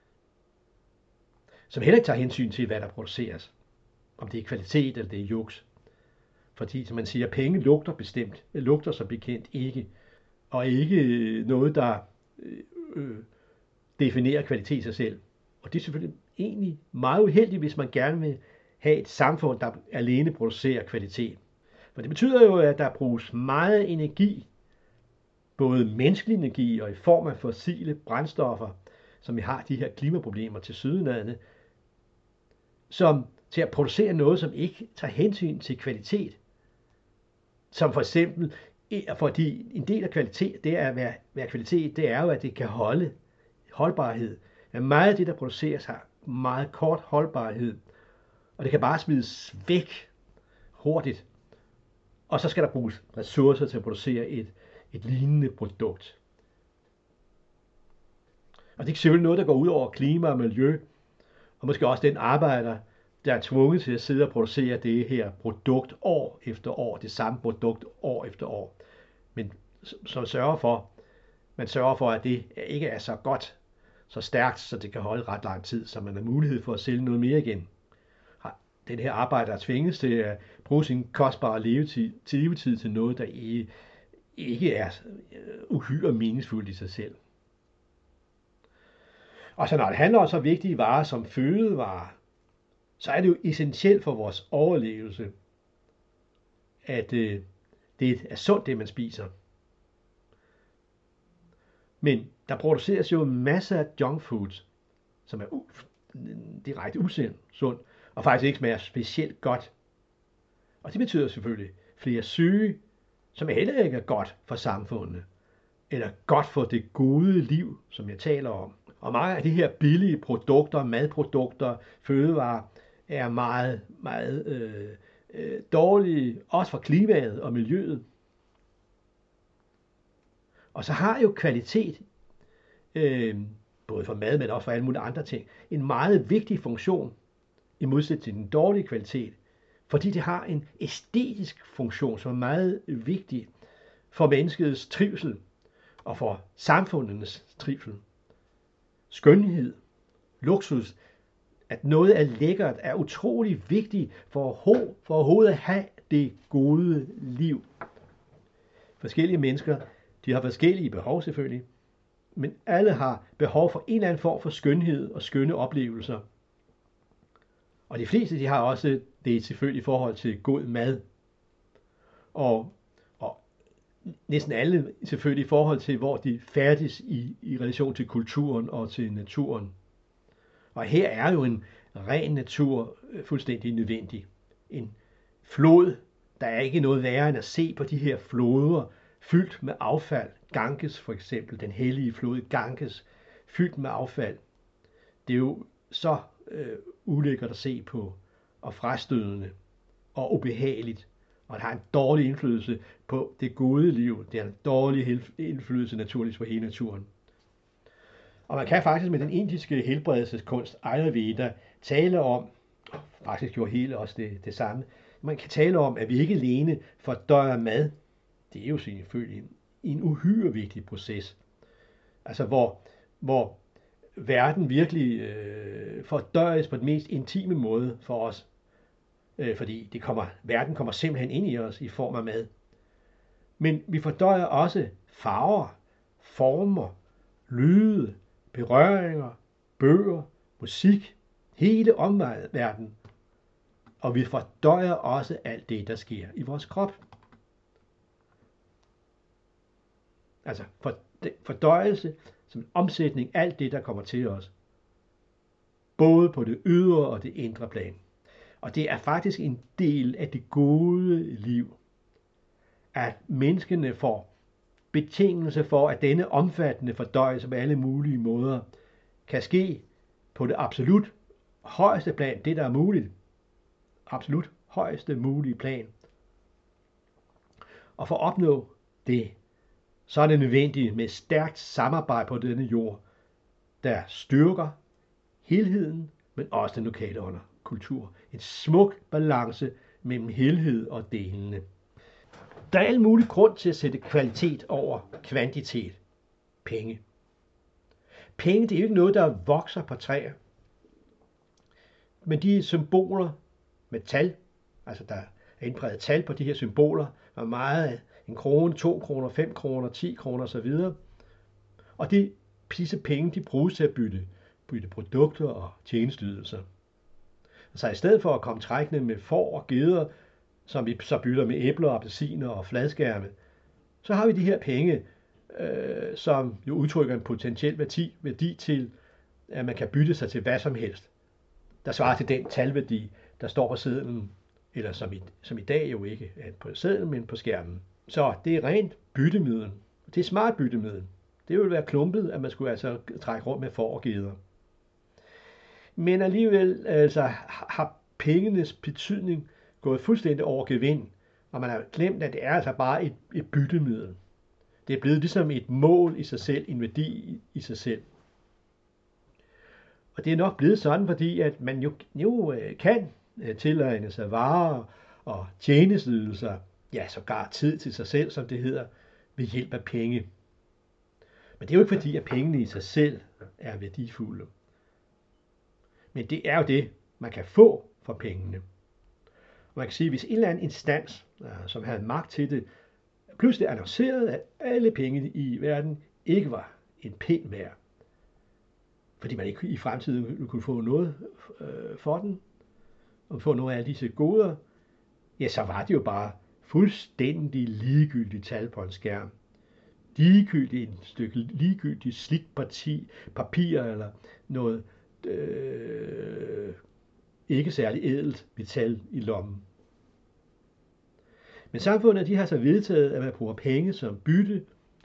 som heller ikke tager hensyn til, hvad der produceres. Om det er kvalitet eller det er juks. Fordi, som man siger, penge lugter som bekendt ikke. Og ikke noget, der definerer kvalitet i sig selv. Og det er selvfølgelig egentlig meget uheldigt, hvis man gerne vil have et samfund, der alene producerer kvalitet. For det betyder jo, at der bruges meget energi, både menneskelig energi og i form af fossile brændstoffer, som vi har de her klimaproblemer til sydenladende, som til at producere noget, som ikke tager hensyn til kvalitet. Som for eksempel, fordi en del af kvalitet, det er at være kvalitet, det er jo, at det kan holde holdbarhed. At meget af det, der produceres, har meget kort holdbarhed, og det kan bare smides væk hurtigt. Og så skal der bruges ressourcer til at producere et lignende produkt. Og det er selvfølgelig noget, der går ud over klima og miljø, og måske også den arbejder, der er tvunget til at sidde og producere det her produkt år efter år, det samme produkt år efter år. Men som man sørger for, at det ikke er så godt, så stærkt, så det kan holde ret lang tid, så man har mulighed for at sælge noget mere igen. Den her arbejder tvinges til at bruge sin kostbare levetid til noget, der ikke er uhyre meningsfuldt i sig selv. Og så når det handler om så vigtige varer som fødevarer, så er det jo essentielt for vores overlevelse, at det er sundt, det man spiser. Men der produceres jo masser af junk foods, som er direkte usundt, og faktisk ikke smager specielt godt. Og det betyder selvfølgelig flere syge, som heller ikke er godt for samfundet, eller godt for det gode liv, som jeg taler om. Og mange af de her billige produkter, madprodukter, fødevarer, er meget, meget dårlige, også for klimaet og miljøet. Og så har jo kvalitet, både for mad, men også for alle mulige andre ting, en meget vigtig funktion, i modsætning til den dårlige kvalitet, fordi det har en æstetisk funktion, som er meget vigtig for menneskets trivsel og for samfundets trivsel. Skønhed, luksus, at noget er lækkert, er utrolig vigtigt for overhovedet at have det gode liv. Forskellige mennesker, de har forskellige behov selvfølgelig, men alle har behov for en eller anden form for skønhed og skønne oplevelser. Og de fleste, de har også det selvfølgelig i forhold til god mad. Og næsten alle selvfølgelig i forhold til, hvor de færdes i relation til kulturen og til naturen. Og her er jo en ren natur fuldstændig nødvendig. En flod, der er ikke noget værre end at se på de her floder fyldt med affald. Ganges for eksempel, den hellige flod Ganges, fyldt med affald. Det er jo så ulækkert at se på, og frastødende og ubehageligt. Og det har en dårlig indflydelse på det gode liv. Det har en dårlig indflydelse naturligvis på hele naturen. Og man kan faktisk med den indiske helbredelseskunst Ayurveda tale om, faktisk gjorde hele også det samme, man kan tale om, at vi ikke alene fordøjer mad. Det er jo selvfølgelig en uhyre vigtig proces. Altså hvor verden virkelig fordøjes på den mest intime måde for os. Fordi verden kommer simpelthen ind i os i form af mad. Men vi fordøjer også farver, former, lyde, berøringer, bøger, musik, hele omverdenen. Og vi fordøjer også alt det, der sker i vores krop. Altså fordøjelse som en omsætning, alt det, der kommer til os. Både på det ydre og det indre plan. Og det er faktisk en del af det gode liv, at menneskene får betingelse for, at denne omfattende fordøjelse på alle mulige måder kan ske på det absolut højeste plan, det der er muligt. Absolut højeste mulige plan. Og for at opnå det, så er det nødvendigt med et stærkt samarbejde på denne jord, der styrker helheden, men også den lokale kultur. En smuk balance mellem helhed og delene. Der er al mulig grund til at sætte kvalitet over kvantitet. Penge. Penge, det er jo ikke noget, der vokser på træer. Men de symboler med tal, altså der er indpræget tal på de her symboler, hvor meget 1 krone, 2 kroner, 5 kroner, 10 kroner osv. Og disse penge, de bruges til at bytte produkter og tjenesteydelser. Så i stedet for at komme trækkende med får og geder, som vi så bytter med æbler, appelsiner og fladskærme, så har vi de her penge, som jo udtrykker en potentiel værdi til, at man kan bytte sig til hvad som helst, der svarer til den talværdi, der står på sedlen, eller som i dag jo ikke er på sedlen, men på skærmen. Så det er rent byttemiddel. Det er smart byttemiddel. Det ville være klumpet, at man skulle altså trække rundt med får og geder. Men alligevel altså, har pengenes betydning gået fuldstændig over gevind, og man har glemt, at det er altså bare et byttemiddel. Det er blevet ligesom et mål i sig selv, en værdi i sig selv. Og det er nok blevet sådan, fordi at man jo kan tilegne sig varer og tjenesteydelser, ja sågar tid til sig selv, som det hedder, ved hjælp af penge. Men det er jo ikke fordi, at pengene i sig selv er værdifulde. Men det er jo det, man kan få for pengene. Og man kan sige, at hvis en eller anden instans, som havde magt til det, pludselig annoncerede, at alle penge i verden ikke var en pind værd, fordi man ikke i fremtiden kunne få noget for den, og få nogle af alle disse goder, ja, så var det jo bare fuldstændig ligegyldigt tal på en skærm. Et stykke ligegyldigt slidt papir eller noget ikke særlig ædelt metal i lommen. Men samfundet de har så vedtaget, at man bruger penge som bytte,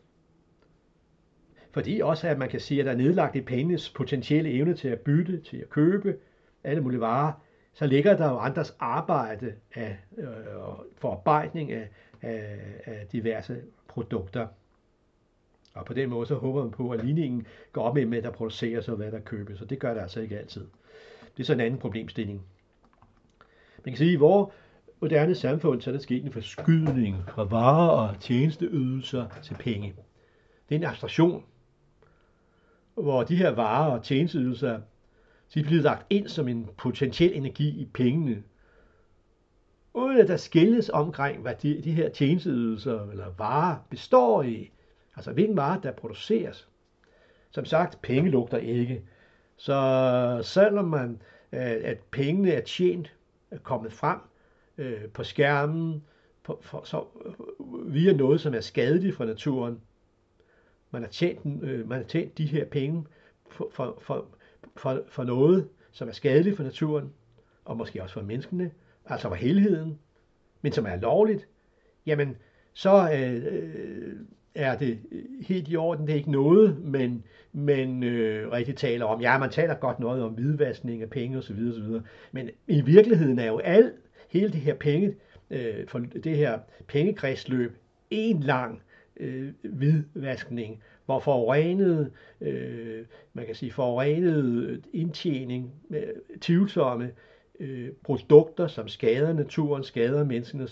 fordi også at man kan sige, at der er nedlagt i pengenes potentielle evne til at bytte, til at købe alle mulige varer, så ligger der jo andres arbejde af forarbejdning af diverse produkter. Og på den måde så håber man på, at ligningen går op med, at der produceres og hvad der købes, og det gør det altså ikke altid. Det er så en anden problemstilling. Man kan sige, at i vores moderne samfund, så er der sket en forskydning fra varer og tjenesteydelser til penge. Det er en abstraktion, hvor de her varer og tjenesteydelser, de bliver lagt ind som en potentiel energi i pengene, uden at der skilles omkring, hvad de her tjenesteydelser eller varer består i. Altså hvilken vare, der produceres. Som sagt, penge lugter ikke. Så selvom man, at pengene er tjent, er kommet frem på skærmen, via noget, som er skadeligt for naturen, man har tjent de her penge for noget, som er skadeligt for naturen, og måske også for menneskene, altså for helheden, men som er lovligt, jamen så er det helt i orden. Det er ikke noget, men rigtig taler om. Ja, man taler godt noget om hvidvaskning af penge osv. Men i virkeligheden er jo hele det her pengekredsløb en lang hvidvaskning, hvor forurenet indtjening, tvivlsomme produkter, som skader naturen, skader menneskene,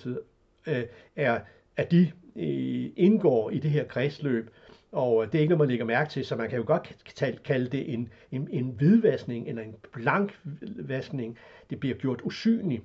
de indgår i det her kredsløb. Og det er ikke noget, man lægger mærke til, så man kan jo godt kalde det en hvidvaskning eller en blankvaskning. Det bliver gjort usynligt.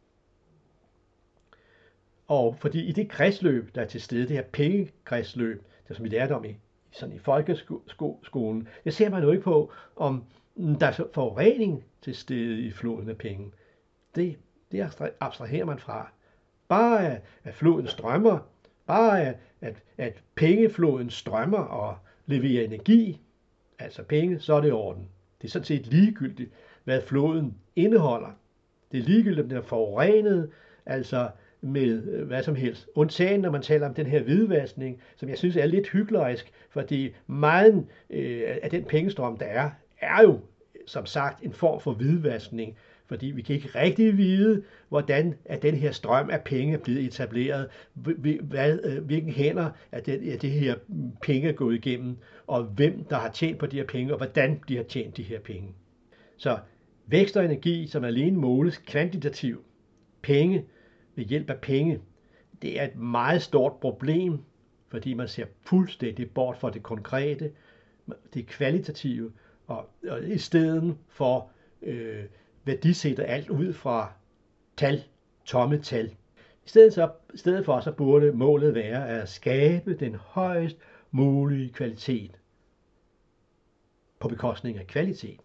Og fordi i det kredsløb, der er til stede, det her pengekredsløb, det som vi lærte om i folkeskolen, det ser man jo ikke på, om der er forurening til stede i floden af penge. Det abstraherer man fra. Bare at floden strømmer, bare at pengefloden strømmer og leverer energi, altså penge, så er det i orden. Det er sådan set ligegyldigt, hvad floden indeholder. Det er ligegyldigt, om den er forurenet, altså med hvad som helst. Undtagen, når man taler om den her hvidvaskning, som jeg synes er lidt hyklerisk, fordi meget af den pengestrøm, der er jo som sagt en form for hvidvaskning, fordi vi kan ikke rigtig vide, hvordan at den her strøm af penge er blevet etableret, hvilken hænder er det her penge er gået igennem, og hvem der har tjent på de her penge, og hvordan de har tjent de her penge. Så vækst og energi, som alene måles kvantitativt, penge ved hjælp af penge, det er et meget stort problem, fordi man ser fuldstændig bort fra det konkrete, det kvalitative, og i stedet for værdisætter alt ud fra tomme tal. I stedet for så burde målet være at skabe den højst mulige kvalitet på bekostning af kvalitet.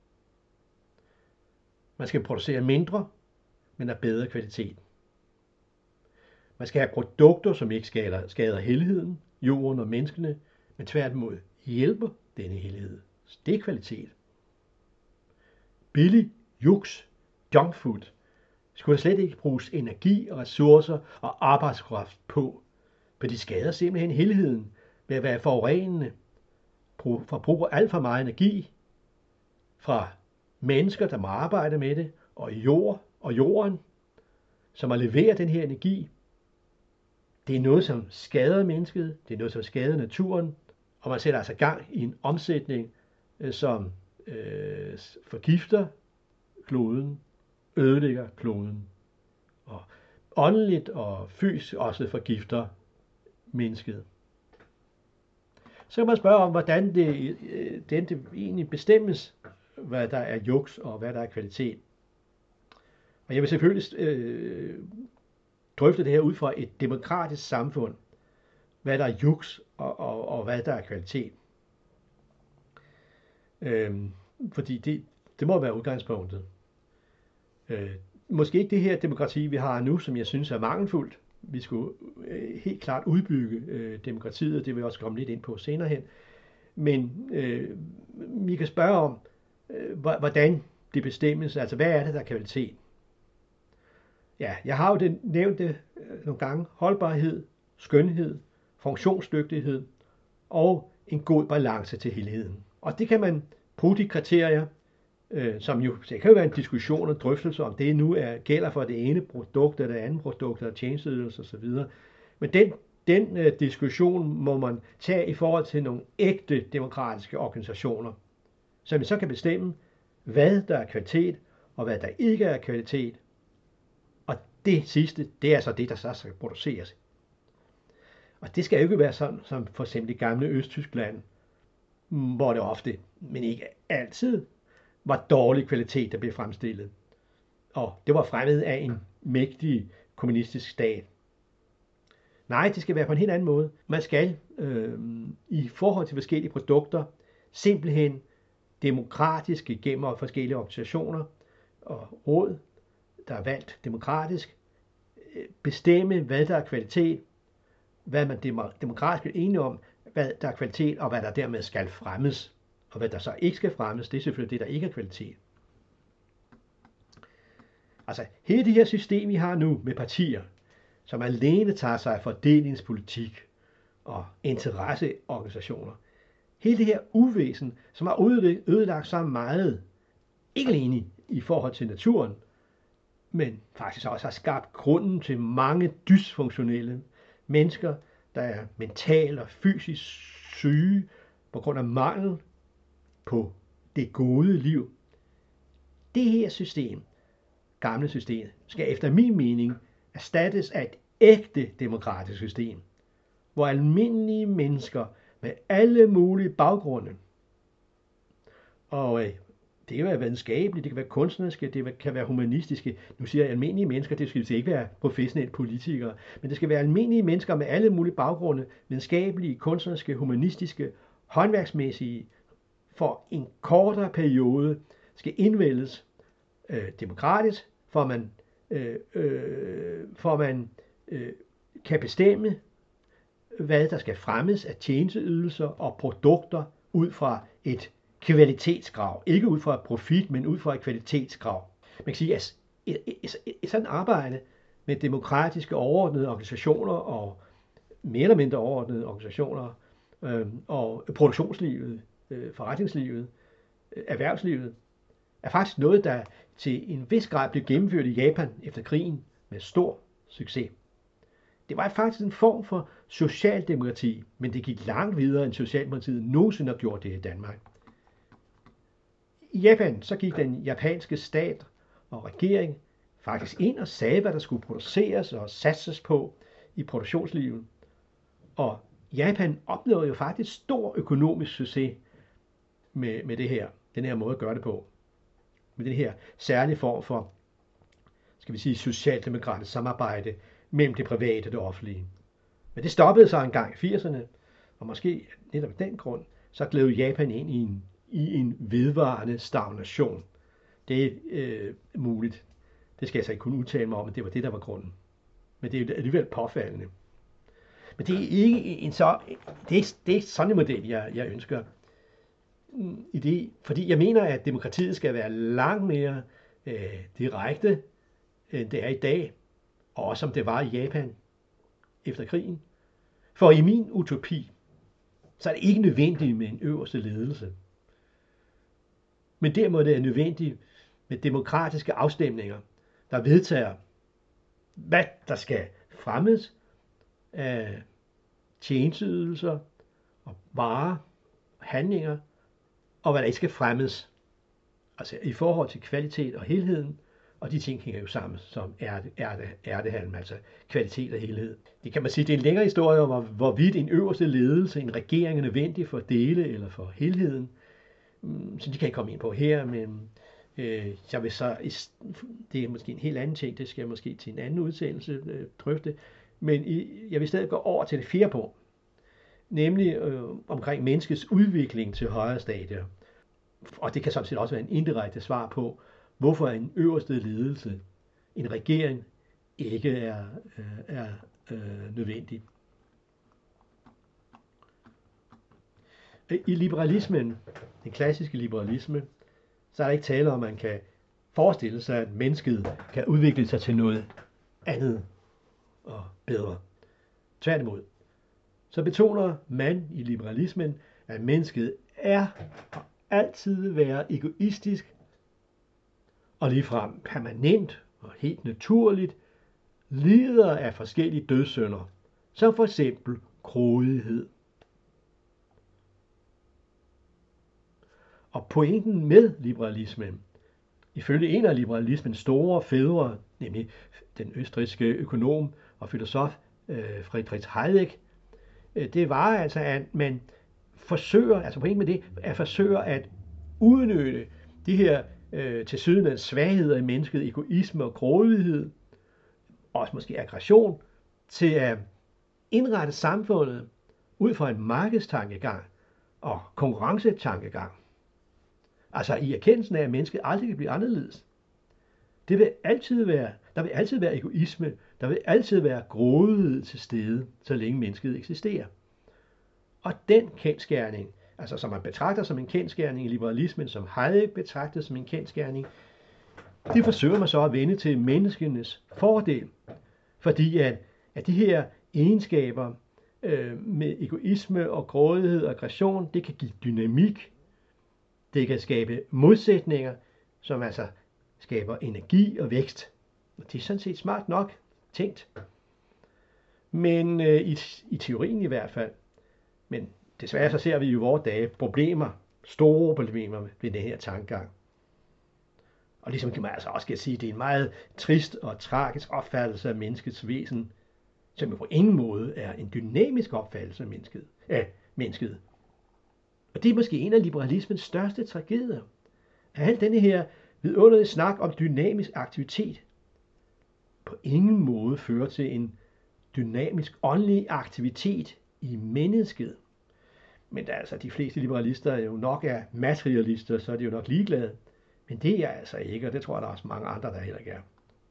Man skal producere mindre, men af bedre kvalitet. Man skal have produkter, som ikke skader helheden, jorden og menneskene, men tværtimod hjælper denne helhed. Det er kvalitet. Billig, juks, junkfood skulle der slet ikke bruges energi og ressourcer og arbejdskraft på, for de skader simpelthen helheden ved at være forurenende, forbruger alt for meget energi fra mennesker, der må arbejde med det, og jorden, som at levere den her energi. Det er noget, som skader mennesket, det er noget, som skader naturen, og man sætter altså gang i en omsætning, som forgifter kloden, ødelægger kloden, og åndeligt og fysisk også forgifter mennesket. Så kan man spørge om, hvordan det egentlig bestemmes, hvad der er juks og hvad der er kvalitet. Og jeg vil selvfølgelig drøfte det her ud fra et demokratisk samfund, hvad der er juks og hvad der er kvalitet. Fordi det må være udgangspunktet. Måske ikke det her demokrati, vi har nu, som jeg synes er mangelfuldt. Vi skulle helt klart udbygge demokratiet, det vil jeg også komme lidt ind på senere hen. Men vi kan spørge om, hvordan det bestemmes, altså hvad er det, der er kvalitet? Ja, jeg har jo nævnt det nogle gange. Holdbarhed, skønhed, funktionsdygtighed og en god balance til helheden. Og det kan man bruge de kriterier, som jo, det kan jo være en diskussion og drøftelse om det nu gælder for det ene produkt eller det andet produkt eller tjenesteydelse osv. Men den diskussion må man tage i forhold til nogle ægte demokratiske organisationer, så vi så kan bestemme, hvad der er kvalitet og hvad der ikke er kvalitet. Og det sidste, det er så det, der så skal produceres. Og det skal jo ikke være sådan, som for eksempel i gamle Østtyskland, hvor det ofte, men ikke altid, var dårlig kvalitet, der blev fremstillet. Og det var fremmet af en mægtig kommunistisk stat. Nej, det skal være på en helt anden måde. Man skal i forhold til forskellige produkter simpelthen demokratisk gennem forskellige organisationer og råd, der er valgt demokratisk, bestemme, hvad der er kvalitet, hvad man demokratisk er enige om, hvad der er kvalitet og hvad der dermed skal fremmes. Og hvad der så ikke skal fremmes, det er selvfølgelig det, der ikke er kvalitet. Altså hele det her system, vi har nu med partier, som alene tager sig af fordelingspolitik og interesseorganisationer. Hele det her uvæsen, som har ødelagt så meget, ikke alene i forhold til naturen, men faktisk også har skabt grunden til mange dysfunktionelle mennesker, der er mentalt og fysisk syge på grund af mangel på det gode liv. Det her system, gamle system, skal efter min mening erstattes af et ægte demokratisk system, hvor almindelige mennesker med alle mulige baggrunde, og det kan være videnskabeligt, det kan være kunstneriske, det kan være humanistiske. Nu siger jeg almindelige mennesker, det skal ikke være professionelle politikere, men det skal være almindelige mennesker med alle mulige baggrunde, videnskabelige, kunstneriske, humanistiske, håndværksmæssige, for en kortere periode skal indvælges demokratisk, for man kan bestemme, hvad der skal fremmes af tjenesteydelser og produkter ud fra et kvalitetskrav. Ikke ud fra profit, men ud fra et kvalitetskrav. Man kan sige, at et sådan arbejde med demokratiske overordnede organisationer og mere eller mindre overordnede organisationer og produktionslivet, forretningslivet, erhvervslivet, er faktisk noget, der til en vis grad blev gennemført i Japan efter krigen med stor succes. Det var faktisk en form for socialdemokrati, men det gik langt videre, end Socialdemokratiet nogensinde har gjort det i Danmark. I Japan så gik den japanske stat og regering faktisk ind og sagde, hvad der skulle produceres og satses på i produktionslivet. Og Japan opnåede jo faktisk stor økonomisk succes med det her, den her måde at gøre det på. Med den her særlige form for, skal vi sige, socialdemokratisk samarbejde mellem det private og det offentlige. Men det stoppede sig engang i 80'erne, og måske netop af den grund, så gled Japan ind i en vedvarende stagnation. Det er muligt. Det skal jeg så ikke kunne udtale mig om, men det var det, der var grunden. Men det er alligevel påfaldende. Men det er ikke det er sådan en model, jeg ønsker. Fordi jeg mener, at demokratiet skal være langt mere direkte, end det er i dag, og også som det var i Japan efter krigen. For i min utopi, så er det ikke nødvendigt med en øverste ledelse. Men derimod det er nødvendigt med demokratiske afstemninger, der vedtager, hvad der skal fremmes af tjenesteydelser og varer, handlinger, og hvad der ikke skal fremmes. Altså i forhold til kvalitet og helheden, og de ting hænger jo sammen som ærtehalm, altså kvalitet og helhed. Det kan man sige, det er en længere historie om, hvorvidt en øverste ledelse, en regering er nødvendig for dele eller for helheden. Så de kan ikke komme ind på her, men jeg vil så, det er måske en helt anden ting, det skal jeg måske til en anden udsendelse drøfte, men jeg vil stadig gå over til det fjerde punkt, nemlig omkring menneskets udvikling til højere stadier. Og det kan sådan set også være en indirekte svar på, hvorfor en øverste ledelse, en regering, ikke er nødvendig. I liberalismen, den klassiske liberalisme, så er der ikke tale om, at man kan forestille sig, at mennesket kan udvikle sig til noget andet og bedre. Tværtimod, så betoner man i liberalismen, at mennesket er og altid vil være egoistisk og ligefrem permanent og helt naturligt lider af forskellige dødssynder, som for eksempel grådighed. Og pointen med liberalismen, ifølge en af liberalismens store fædre, nemlig den østrigske økonom og filosof Friedrich Hayek, det var altså, at man forsøger, altså pointen med det, at forsøge at udnytte de her tilsyneladende svagheder i mennesket, egoisme og grådighed, også måske aggression, til at indrette samfundet ud fra en markedstankegang og konkurrencetankegang. Altså i erkendelsen af, at mennesket aldrig kan blive anderledes. Der vil altid være egoisme, der vil altid være grådighed til stede, så længe mennesket eksisterer. Og den kendsgerning altså som man betragter som en kendsgerning i liberalismen, som Hayek betragtede som en kendsgerning, det forsøger man så at vende til menneskenes fordel. Fordi at de her egenskaber med egoisme og grådighed og aggression, det kan give dynamik, det kan skabe modsætninger, som altså skaber energi og vækst. Og det er sådan set smart nok tænkt. Men i teorien i hvert fald. Men desværre så ser vi jo i vores dage store problemer ved den her tankegang. Og ligesom kan man altså også sige, at det er en meget trist og tragisk opfattelse af menneskets væsen, som jo på ingen måde er en dynamisk opfattelse af mennesket. Og det er måske en af liberalismens største tragedier. At al denne her vidunderlige snak om dynamisk aktivitet på ingen måde fører til en dynamisk åndelig aktivitet i mennesket. Men da altså de fleste liberalister jo nok er materialister, så er de jo nok ligeglade. Men det er jeg altså ikke, og det tror jeg, der er også mange andre, der heller ikke er.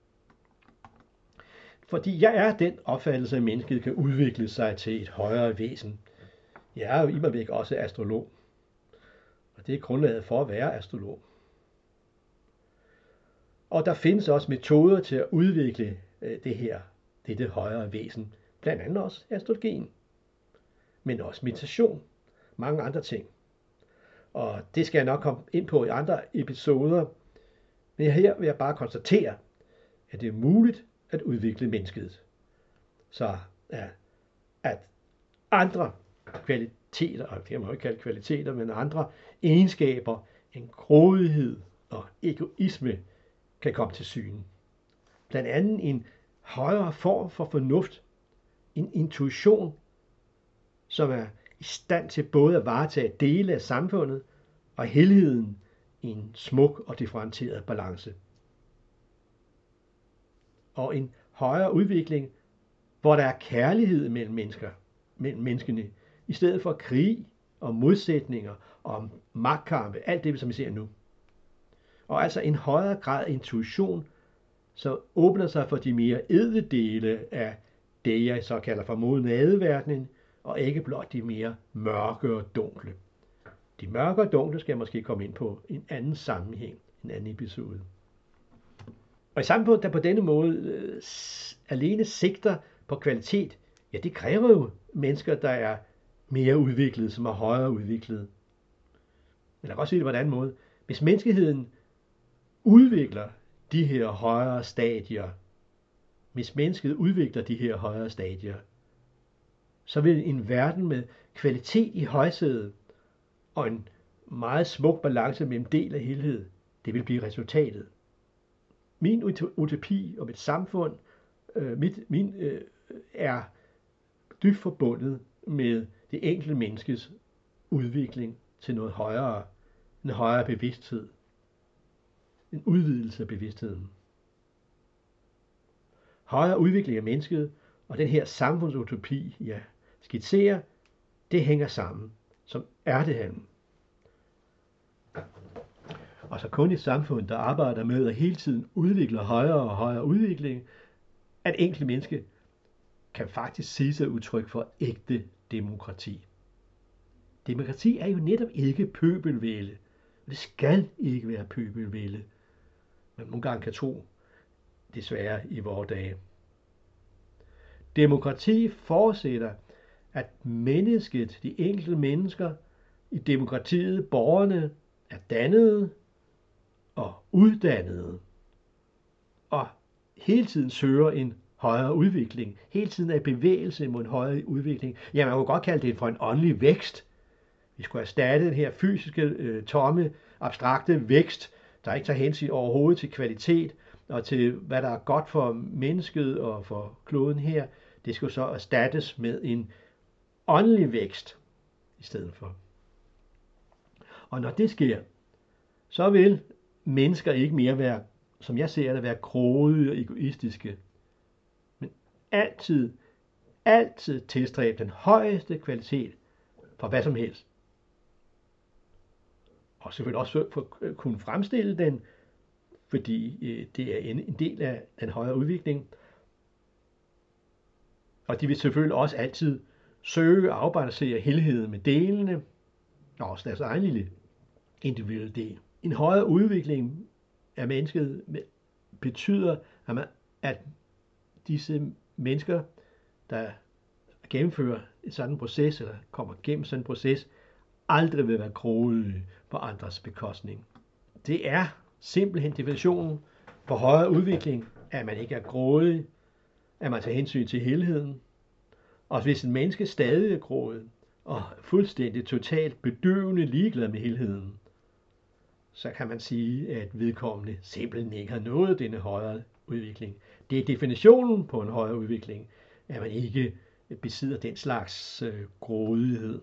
Fordi jeg er den opfattelse, at mennesket kan udvikle sig til et højere væsen. Jeg er jo immervæk også astrolog. Og det er grundlaget for at være astrolog. Og der findes også metoder til at udvikle dette højere væsen. Blandt andet også astrologien. Men også meditation. Mange andre ting. Og det skal jeg nok komme ind på i andre episoder. Men her vil jeg bare konstatere, at det er muligt at udvikle mennesket. Så at andre kvaliteter, og det kan man jo ikke kalde kvaliteter, men andre egenskaber, en grådighed og egoisme, kan komme til syne. Blandt andet en højere form for fornuft, en intuition, som er i stand til både at varetage dele af samfundet og helheden i en smuk og differentieret balance. Og en højere udvikling, hvor der er kærlighed mellem menneskene, i stedet for krig og modsætninger og magtkampe, alt det, som vi ser nu. Og altså en højere grad af intuition, så åbner sig for de mere ædle dele af det, jeg så kalder for modenadeverdenen, og ikke blot de mere mørke og dunkle. De mørke og dunkle skal jeg måske komme ind på i en anden sammenhæng, en anden episode. Og i samfund, der på denne måde alene sigter på kvalitet, ja, det kræver jo mennesker, der er mere udviklede, som er højere udviklede. Men jeg kan også sige det på en anden måde. Hvis menneskeheden udvikler de her højere stadier, så vil en verden med kvalitet i højsædet og en meget smuk balance mellem del og helhed, det vil blive resultatet. Min utopi om et samfund er dybt forbundet med det enkelte menneskes udvikling til noget højere, en højere bevidsthed. En udvidelse af bevidstheden. Højere udvikling af mennesket og den her samfundsutopi, jeg skitserer, det hænger sammen, som ærtehandlen. Og så kun et samfund, der arbejder med at hele tiden udvikle højere og højere udvikling, at enkelte menneske kan faktisk sige sig udtryk for ægte demokrati. Demokrati er jo netop ikke pøbelvælde. Det skal ikke være pøbelvælde. Man nogle gange kan tro, desværre i vore dage. Demokrati forudsætter, at mennesket, de enkelte mennesker i demokratiet, borgerne, er dannede og uddannede. Og hele tiden søger en højere udvikling. Hele tiden er i bevægelse mod en højere udvikling. Ja, man kunne godt kalde det for en åndelig vækst. Vi skulle erstatte den her fysiske, tomme, abstrakte vækst, der ikke tager hensyn overhovedet til kvalitet og til, hvad der er godt for mennesket og for kloden her. Det skulle så erstattes med en åndelig vækst i stedet for. Og når det sker, så vil mennesker ikke mere være, som jeg ser det, være grådige og egoistiske, men altid tilstræbe den højeste kvalitet for hvad som helst. Og selvfølgelig også for at kunne fremstille den, fordi det er en del af den højere udvikling. Og de vil selvfølgelig også altid søge at afbalancere helheden med delene. og også deres egen lille individuelle del. En højere udvikling af mennesket betyder, at disse mennesker, der gennemfører sådan en proces, eller kommer gennem sådan en proces, aldrig vil være grådige på andres bekostning. Det er simpelthen definitionen på højere udvikling, at man ikke er grådig, at man tager hensyn til helheden. Og hvis en menneske stadig er grådig og fuldstændig totalt bedøvende ligeglad med helheden, så kan man sige, at vedkommende simpelthen ikke har nået denne højere udvikling. Det er definitionen på en højere udvikling, at man ikke besidder den slags grådighed.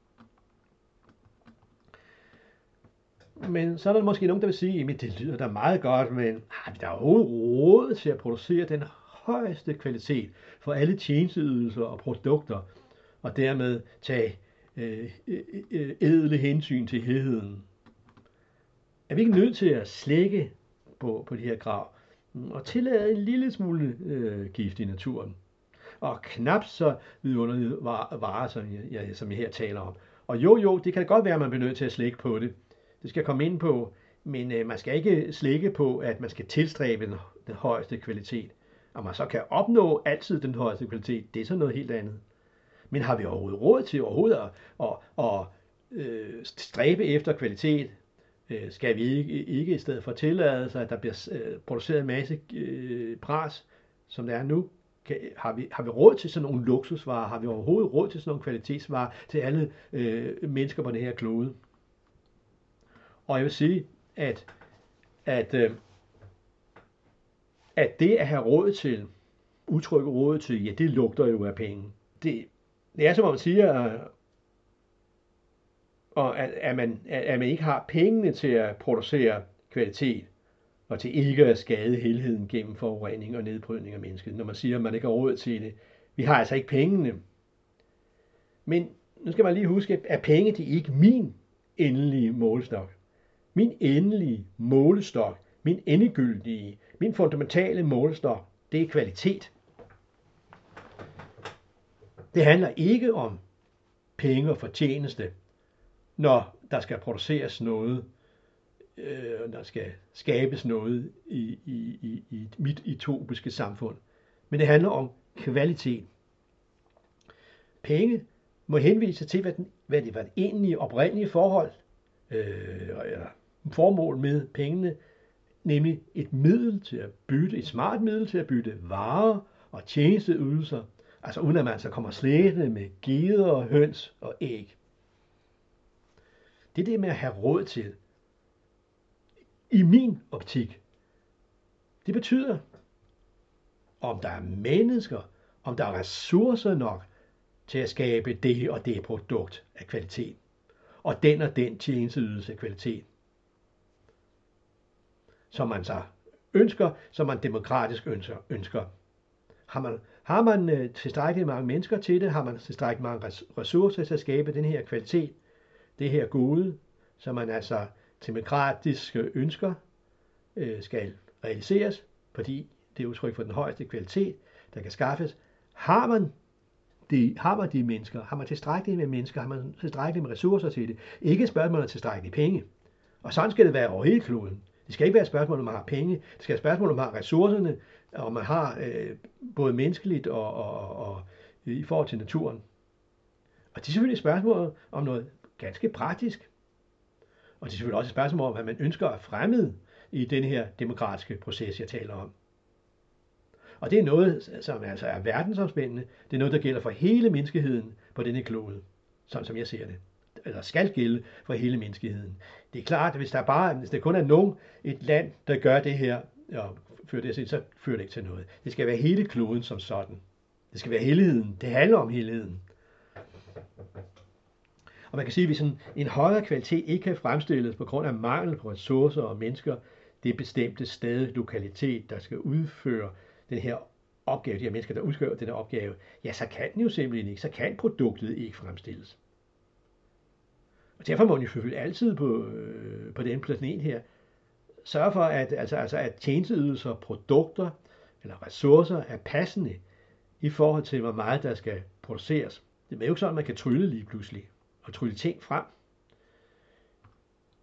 Men så er der måske nogen, der vil sige, at det lyder da meget godt, men har vi da overhovedet råd til at producere den højeste kvalitet for alle tjenesteydelser og produkter, og dermed tage ædle hensyn til helheden? Er vi ikke nødt til at slække på de her krav og tillade en lille smule gift i naturen? Og knap så vidunderlige varer, som jeg her taler om. Og jo, det kan godt være, at man bliver nødt til at slække på det. Det skal jeg komme ind på, men man skal ikke slække på, at man skal tilstræbe den højeste kvalitet. Og man så kan opnå altid den højeste kvalitet, det er så noget helt andet. Men har vi overhovedet råd til at stræbe efter kvalitet? Skal vi ikke i stedet for tillade sig, at der bliver produceret en masse bras, som det er nu? Har vi råd til sådan nogle luksusvarer? Har vi overhovedet råd til sådan nogle kvalitetsvarer til alle mennesker på den her klode? Og jeg vil sige, at det at have råd til, udtrykke råd til, ja, det lugter jo af penge. Det er som om man siger, at man ikke har pengene til at producere kvalitet, og til ikke at skade helheden gennem forurening og nedbrydning af mennesket, når man siger, at man ikke har råd til det. Vi har altså ikke pengene. Men nu skal man lige huske, at penge det er ikke min endelige målestok. Min endelige målestok, min endegyldige, min fundamentale målestok, det er kvalitet. Det handler ikke om penge og fortjeneste, når der skal produceres noget, der skal skabes noget i mit utopiske samfund. Men det handler om kvalitet. Penge må henvise til, hvad det var det egentlige oprindelige forhold, eller formål med pengene, nemlig et middel til at bytte, et smart middel til at bytte varer og tjenesteydelser, altså uden at man så kommer slæbende med geder, høns og æg. Det er det med at have råd til. I min optik. Det betyder, om der er mennesker, om der er ressourcer nok til at skabe det og det produkt af kvalitet, og den tjenesteydelse af kvalitet, som man så ønsker, som man demokratisk ønsker. Har man tilstrækkeligt mange mennesker til det, har man tilstrækkeligt mange ressourcer til at skabe den her kvalitet, det her gode, som man altså demokratisk ønsker, skal realiseres, fordi det er udtryk for den højeste kvalitet, der kan skaffes. Har man de mennesker, har man tilstrækkeligt med mennesker, har man tilstrækkeligt med ressourcer til det. Ikke et spørgsmål om tilstrækkeligt penge. Og sådan skal det være over hele kloden. Det skal ikke være et spørgsmål, om man har penge. Det skal være et spørgsmål, om man har ressourcerne, og man har både menneskeligt og i forhold til naturen. Og det er selvfølgelig et spørgsmål om noget ganske praktisk. Og det er selvfølgelig også et spørgsmål om, hvad man ønsker at fremme i den her demokratiske proces, jeg taler om. Og det er noget, som altså er verdensomspændende. Det er noget, der gælder for hele menneskeheden på denne klode, sådan som jeg ser det. Eller skal gælde for hele menneskeheden. Det er klart, at hvis der kun er et land, der gør det her, og fører det, så fører det ikke til noget. Det skal være hele kloden som sådan. Det skal være helheden. Det handler om helheden. Og man kan sige, at hvis en højere kvalitet ikke kan fremstilles på grund af mangel på ressourcer og mennesker, det er bestemte stadig lokalitet, der skal udføre den her opgave, de her mennesker, der udfører den her opgave, ja, så kan den jo simpelthen ikke, så kan produktet ikke fremstilles. Og derfor må man jo selvfølgelig altid på den planet her sørge for, at tjenesteydelser, produkter eller ressourcer er passende i forhold til, hvor meget der skal produceres. Det er jo ikke sådan, at man kan trylle lige pludselig og trylle ting frem.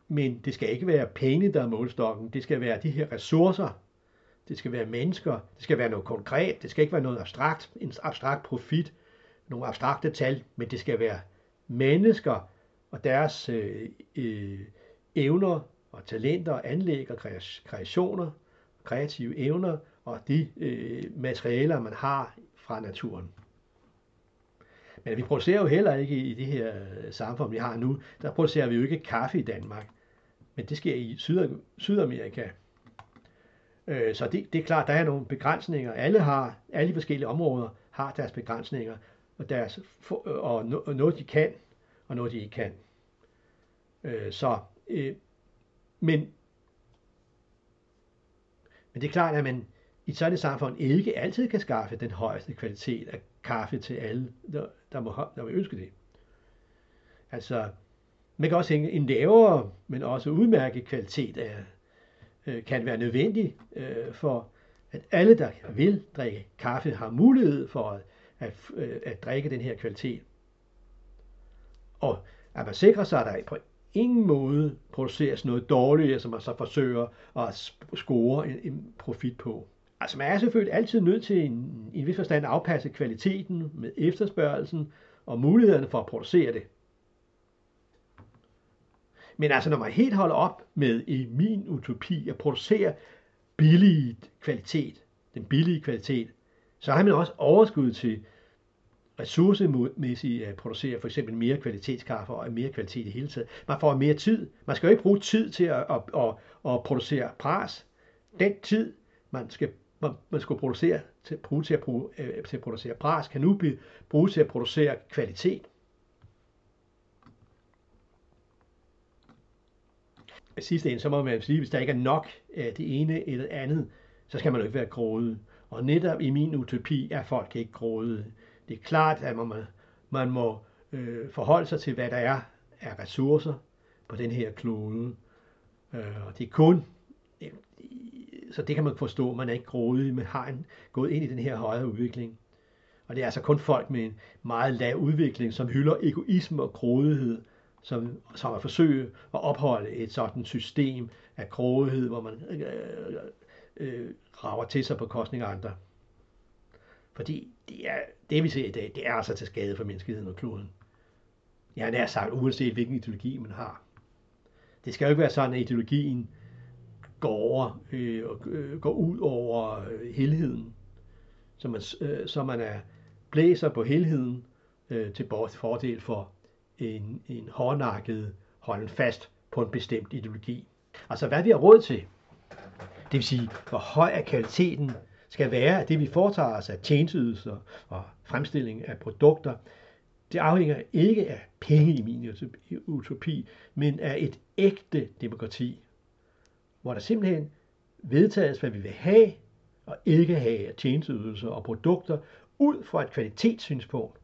Men det skal ikke være penge, der er målstokken. Det skal være de her ressourcer. Det skal være mennesker. Det skal være noget konkret. Det skal ikke være noget abstrakt, en abstrakt profit, nogle abstrakte tal, men det skal være mennesker og deres evner og talenter, anlæg og kreationer, kreative evner og de materialer, man har fra naturen. Men vi producerer jo heller ikke i det her samfund, vi har nu, der producerer vi jo ikke kaffe i Danmark. Men det sker i Sydamerika. Så det er klart, der er nogle begrænsninger. Alle de forskellige områder har deres begrænsninger, og noget de kan, og noget de ikke kan. Men det er klart, at man i sådan et samfund ikke altid kan skaffe den højeste kvalitet af kaffe til alle, der vil ønske det. Altså, man kan også tænke, en lavere, men også udmærket kvalitet kan være nødvendig for, at alle, der vil drikke kaffe, har mulighed for at drikke den her kvalitet. Og at man sikrer sig, at der på ingen måde produceres noget dårligt, som man så forsøger at score en profit på. Altså man er selvfølgelig altid nødt til i en vis forstand at afpasse kvaliteten med efterspørgelsen og mulighederne for at producere det. Men altså når man helt holder op med i min utopi at producere billig kvalitet, den billige kvalitet, så har man også overskud til ressourcemæssigt at producere for eksempel mere kvalitetskaffe og mere kvalitet i hele taget. Man får mere tid. Man skal jo ikke bruge tid til at producere pras. Den tid, man skal bruge til at producere pras, kan nu bruges til at producere kvalitet. I sidste ende, så må man sige, hvis der ikke er nok af det ene eller andet, så skal man jo ikke være grådig. Og netop i min utopi er folk ikke grådige. Det er klart, at man må forholde sig til, hvad der er af ressourcer på den her klode. Og det er kun, så det kan man forstå, man er ikke grådig, men har gået ind i den her højere udvikling. Og det er altså kun folk med en meget lav udvikling, som hylder egoisme og grådighed, som at forsøge at opholde et sådan system af grådighed, hvor man rager til sig på kostning af andre. Fordi det vi ser i dag, det er altså til skade for menneskeheden og kloden. Jeg har nær sagt, uanset hvilken ideologi man har. Det skal jo ikke være sådan, at ideologien går ud over helheden, så man blæser på helheden til fordel for en hårdnakket holden fast på en bestemt ideologi. Altså hvad vi har råd til, det vil sige, hvor høj er kvaliteten skal være af det, vi foretager os af tjenesteydelser og fremstilling af produkter. Det afhænger ikke af penge i min utopi, men af et ægte demokrati, hvor der simpelthen vedtages, hvad vi vil have og ikke have af tjenesteydelser og produkter ud fra et kvalitetssynspunkt.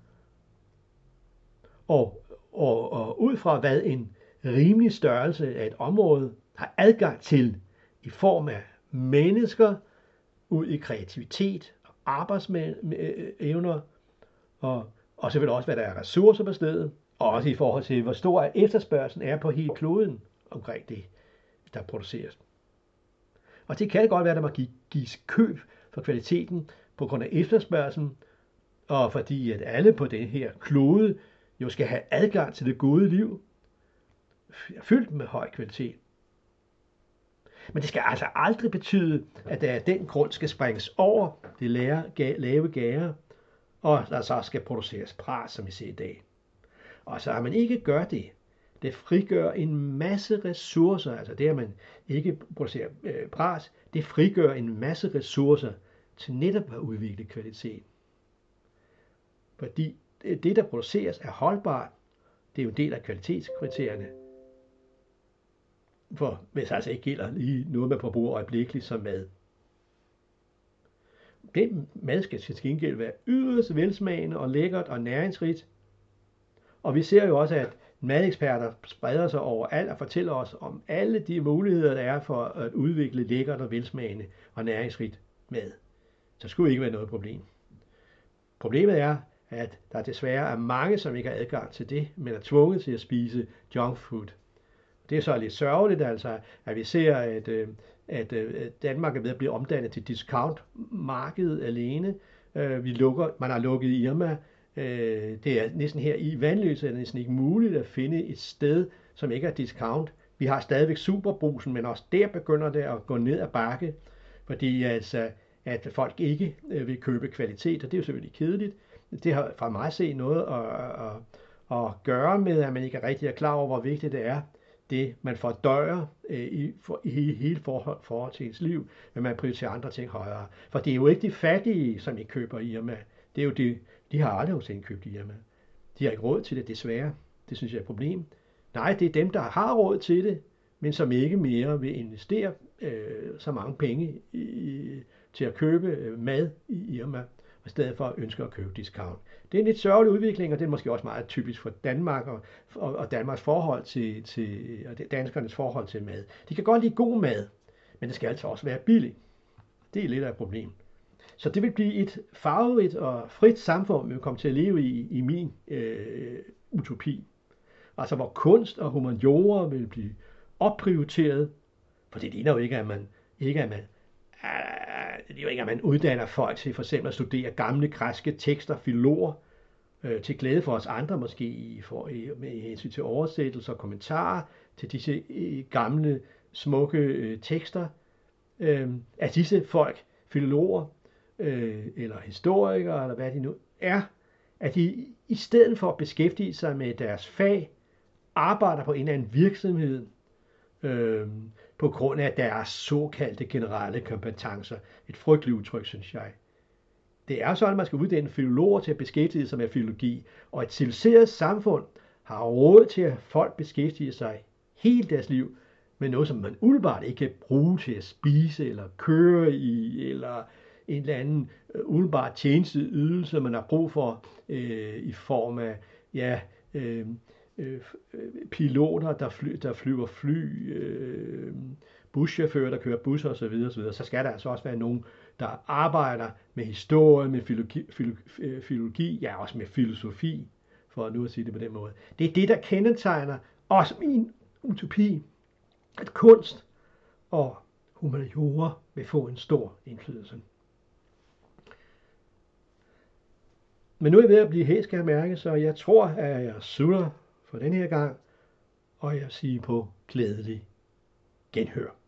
Og ud fra, hvad en rimelig størrelse af et område har adgang til i form af mennesker, ud i kreativitet og arbejdsevner, og selvfølgelig også, hvad der er ressourcer på stedet, og også i forhold til, hvor stor efterspørgselen er på hele kloden omkring det, der produceres. Og det kan godt være, at der må gives køb for kvaliteten på grund af efterspørgselen, og fordi at alle på den her klode jo skal have adgang til det gode liv, fyldt med høj kvalitet. Men det skal altså aldrig betyde, at der af den grund skal springes over det lave gære, og der så skal produceres pras, som vi ser i dag. Og så at man ikke gør det, det frigør en masse ressourcer, altså det at man ikke producerer pras, det frigør en masse ressourcer til netop at udvikle kvalitet. Fordi det, der produceres, er holdbart. Det er jo en del af kvalitetskriterierne. For hvis altså ikke gælder lige noget, man forbruger øjeblikkeligt som mad. Den mad skal til gengæld være yderst velsmagende og lækkert og næringsrigt. Og vi ser jo også, at madeksperter spreder sig overalt og fortæller os om alle de muligheder, der er for at udvikle lækkert og velsmagende og næringsrigt mad. Så skulle ikke være noget problem. Problemet er, at der desværre er mange, som ikke har adgang til det, men er tvunget til at spise junk food. Det er så lidt sørgeligt, altså, at vi ser, at Danmark er ved at blive omdannet til discount-markedet alene. Man har lukket Irma. Det er næsten her i Vanløse, er det næsten ikke muligt at finde et sted, som ikke er discount. Vi har stadigvæk Superbrugsen, men også der begynder det at gå ned ad bakke, fordi altså, at folk ikke vil købe kvalitet, og det er jo selvfølgelig kedeligt. Det har fra mig set noget at gøre med, at man ikke rigtig er klar over, hvor vigtigt det er, det man fordøjer i hele forhold til ens liv, men man prioriterer andre ting højere. For det er jo ikke de fattige, som ikke køber Irma. Det er jo de har aldrig nogensinde købt Irma. De har ikke råd til det, desværre. Det synes jeg er et problem. Nej, det er dem, der har råd til det, men som ikke mere vil investere så mange penge til at købe mad i Irma, og i stedet for ønsker at købe discount. Det er en lidt sørgelig udvikling, og det er måske også meget typisk for Danmark og Danmarks forhold til og danskernes forhold til mad. De kan godt lide god mad, men det skal altså også være billigt. Det er lidt af et problem. Så det vil blive et farverigt og frit samfund, vi vil komme til at leve i min utopi. Altså hvor kunst og humaniora vil blive opprioriteret, for det ligner jo ikke, at man uddanner folk til for eksempel at studere gamle græske tekster, filologer, til glæde for os andre måske, med hensyn til oversættelser og kommentarer til disse gamle, smukke tekster. At disse folk, filologer eller historikere, eller hvad de nu er, at de i stedet for at beskæftige sig med deres fag, arbejder på en eller anden virksomhed, på grund af deres såkaldte generelle kompetencer. Et frygteligt udtryk, synes jeg. Det er sådan, at man skal uddanne filologer til at beskæftige sig med filologi, og et civiliseret samfund har råd til, at folk beskæftiger sig hele deres liv med noget, som man umiddelbart ikke kan bruge til at spise eller køre i, eller en eller anden umiddelbart tjenesteydelse, man har brug for i form af piloter, der flyver fly, buschauffører, der kører busser osv. Så skal der altså også være nogen, der arbejder med historie, med filologi, ja også med filosofi, for nu at sige det på den måde. Det er det, der kendetegner også min utopi, at kunst og humaniora vil få en stor indflydelse. Men nu er jeg ved at blive hæs, skal jeg mærke, så jeg tror, at jeg slutter for den her gang, og jeg siger på glædelig genhør.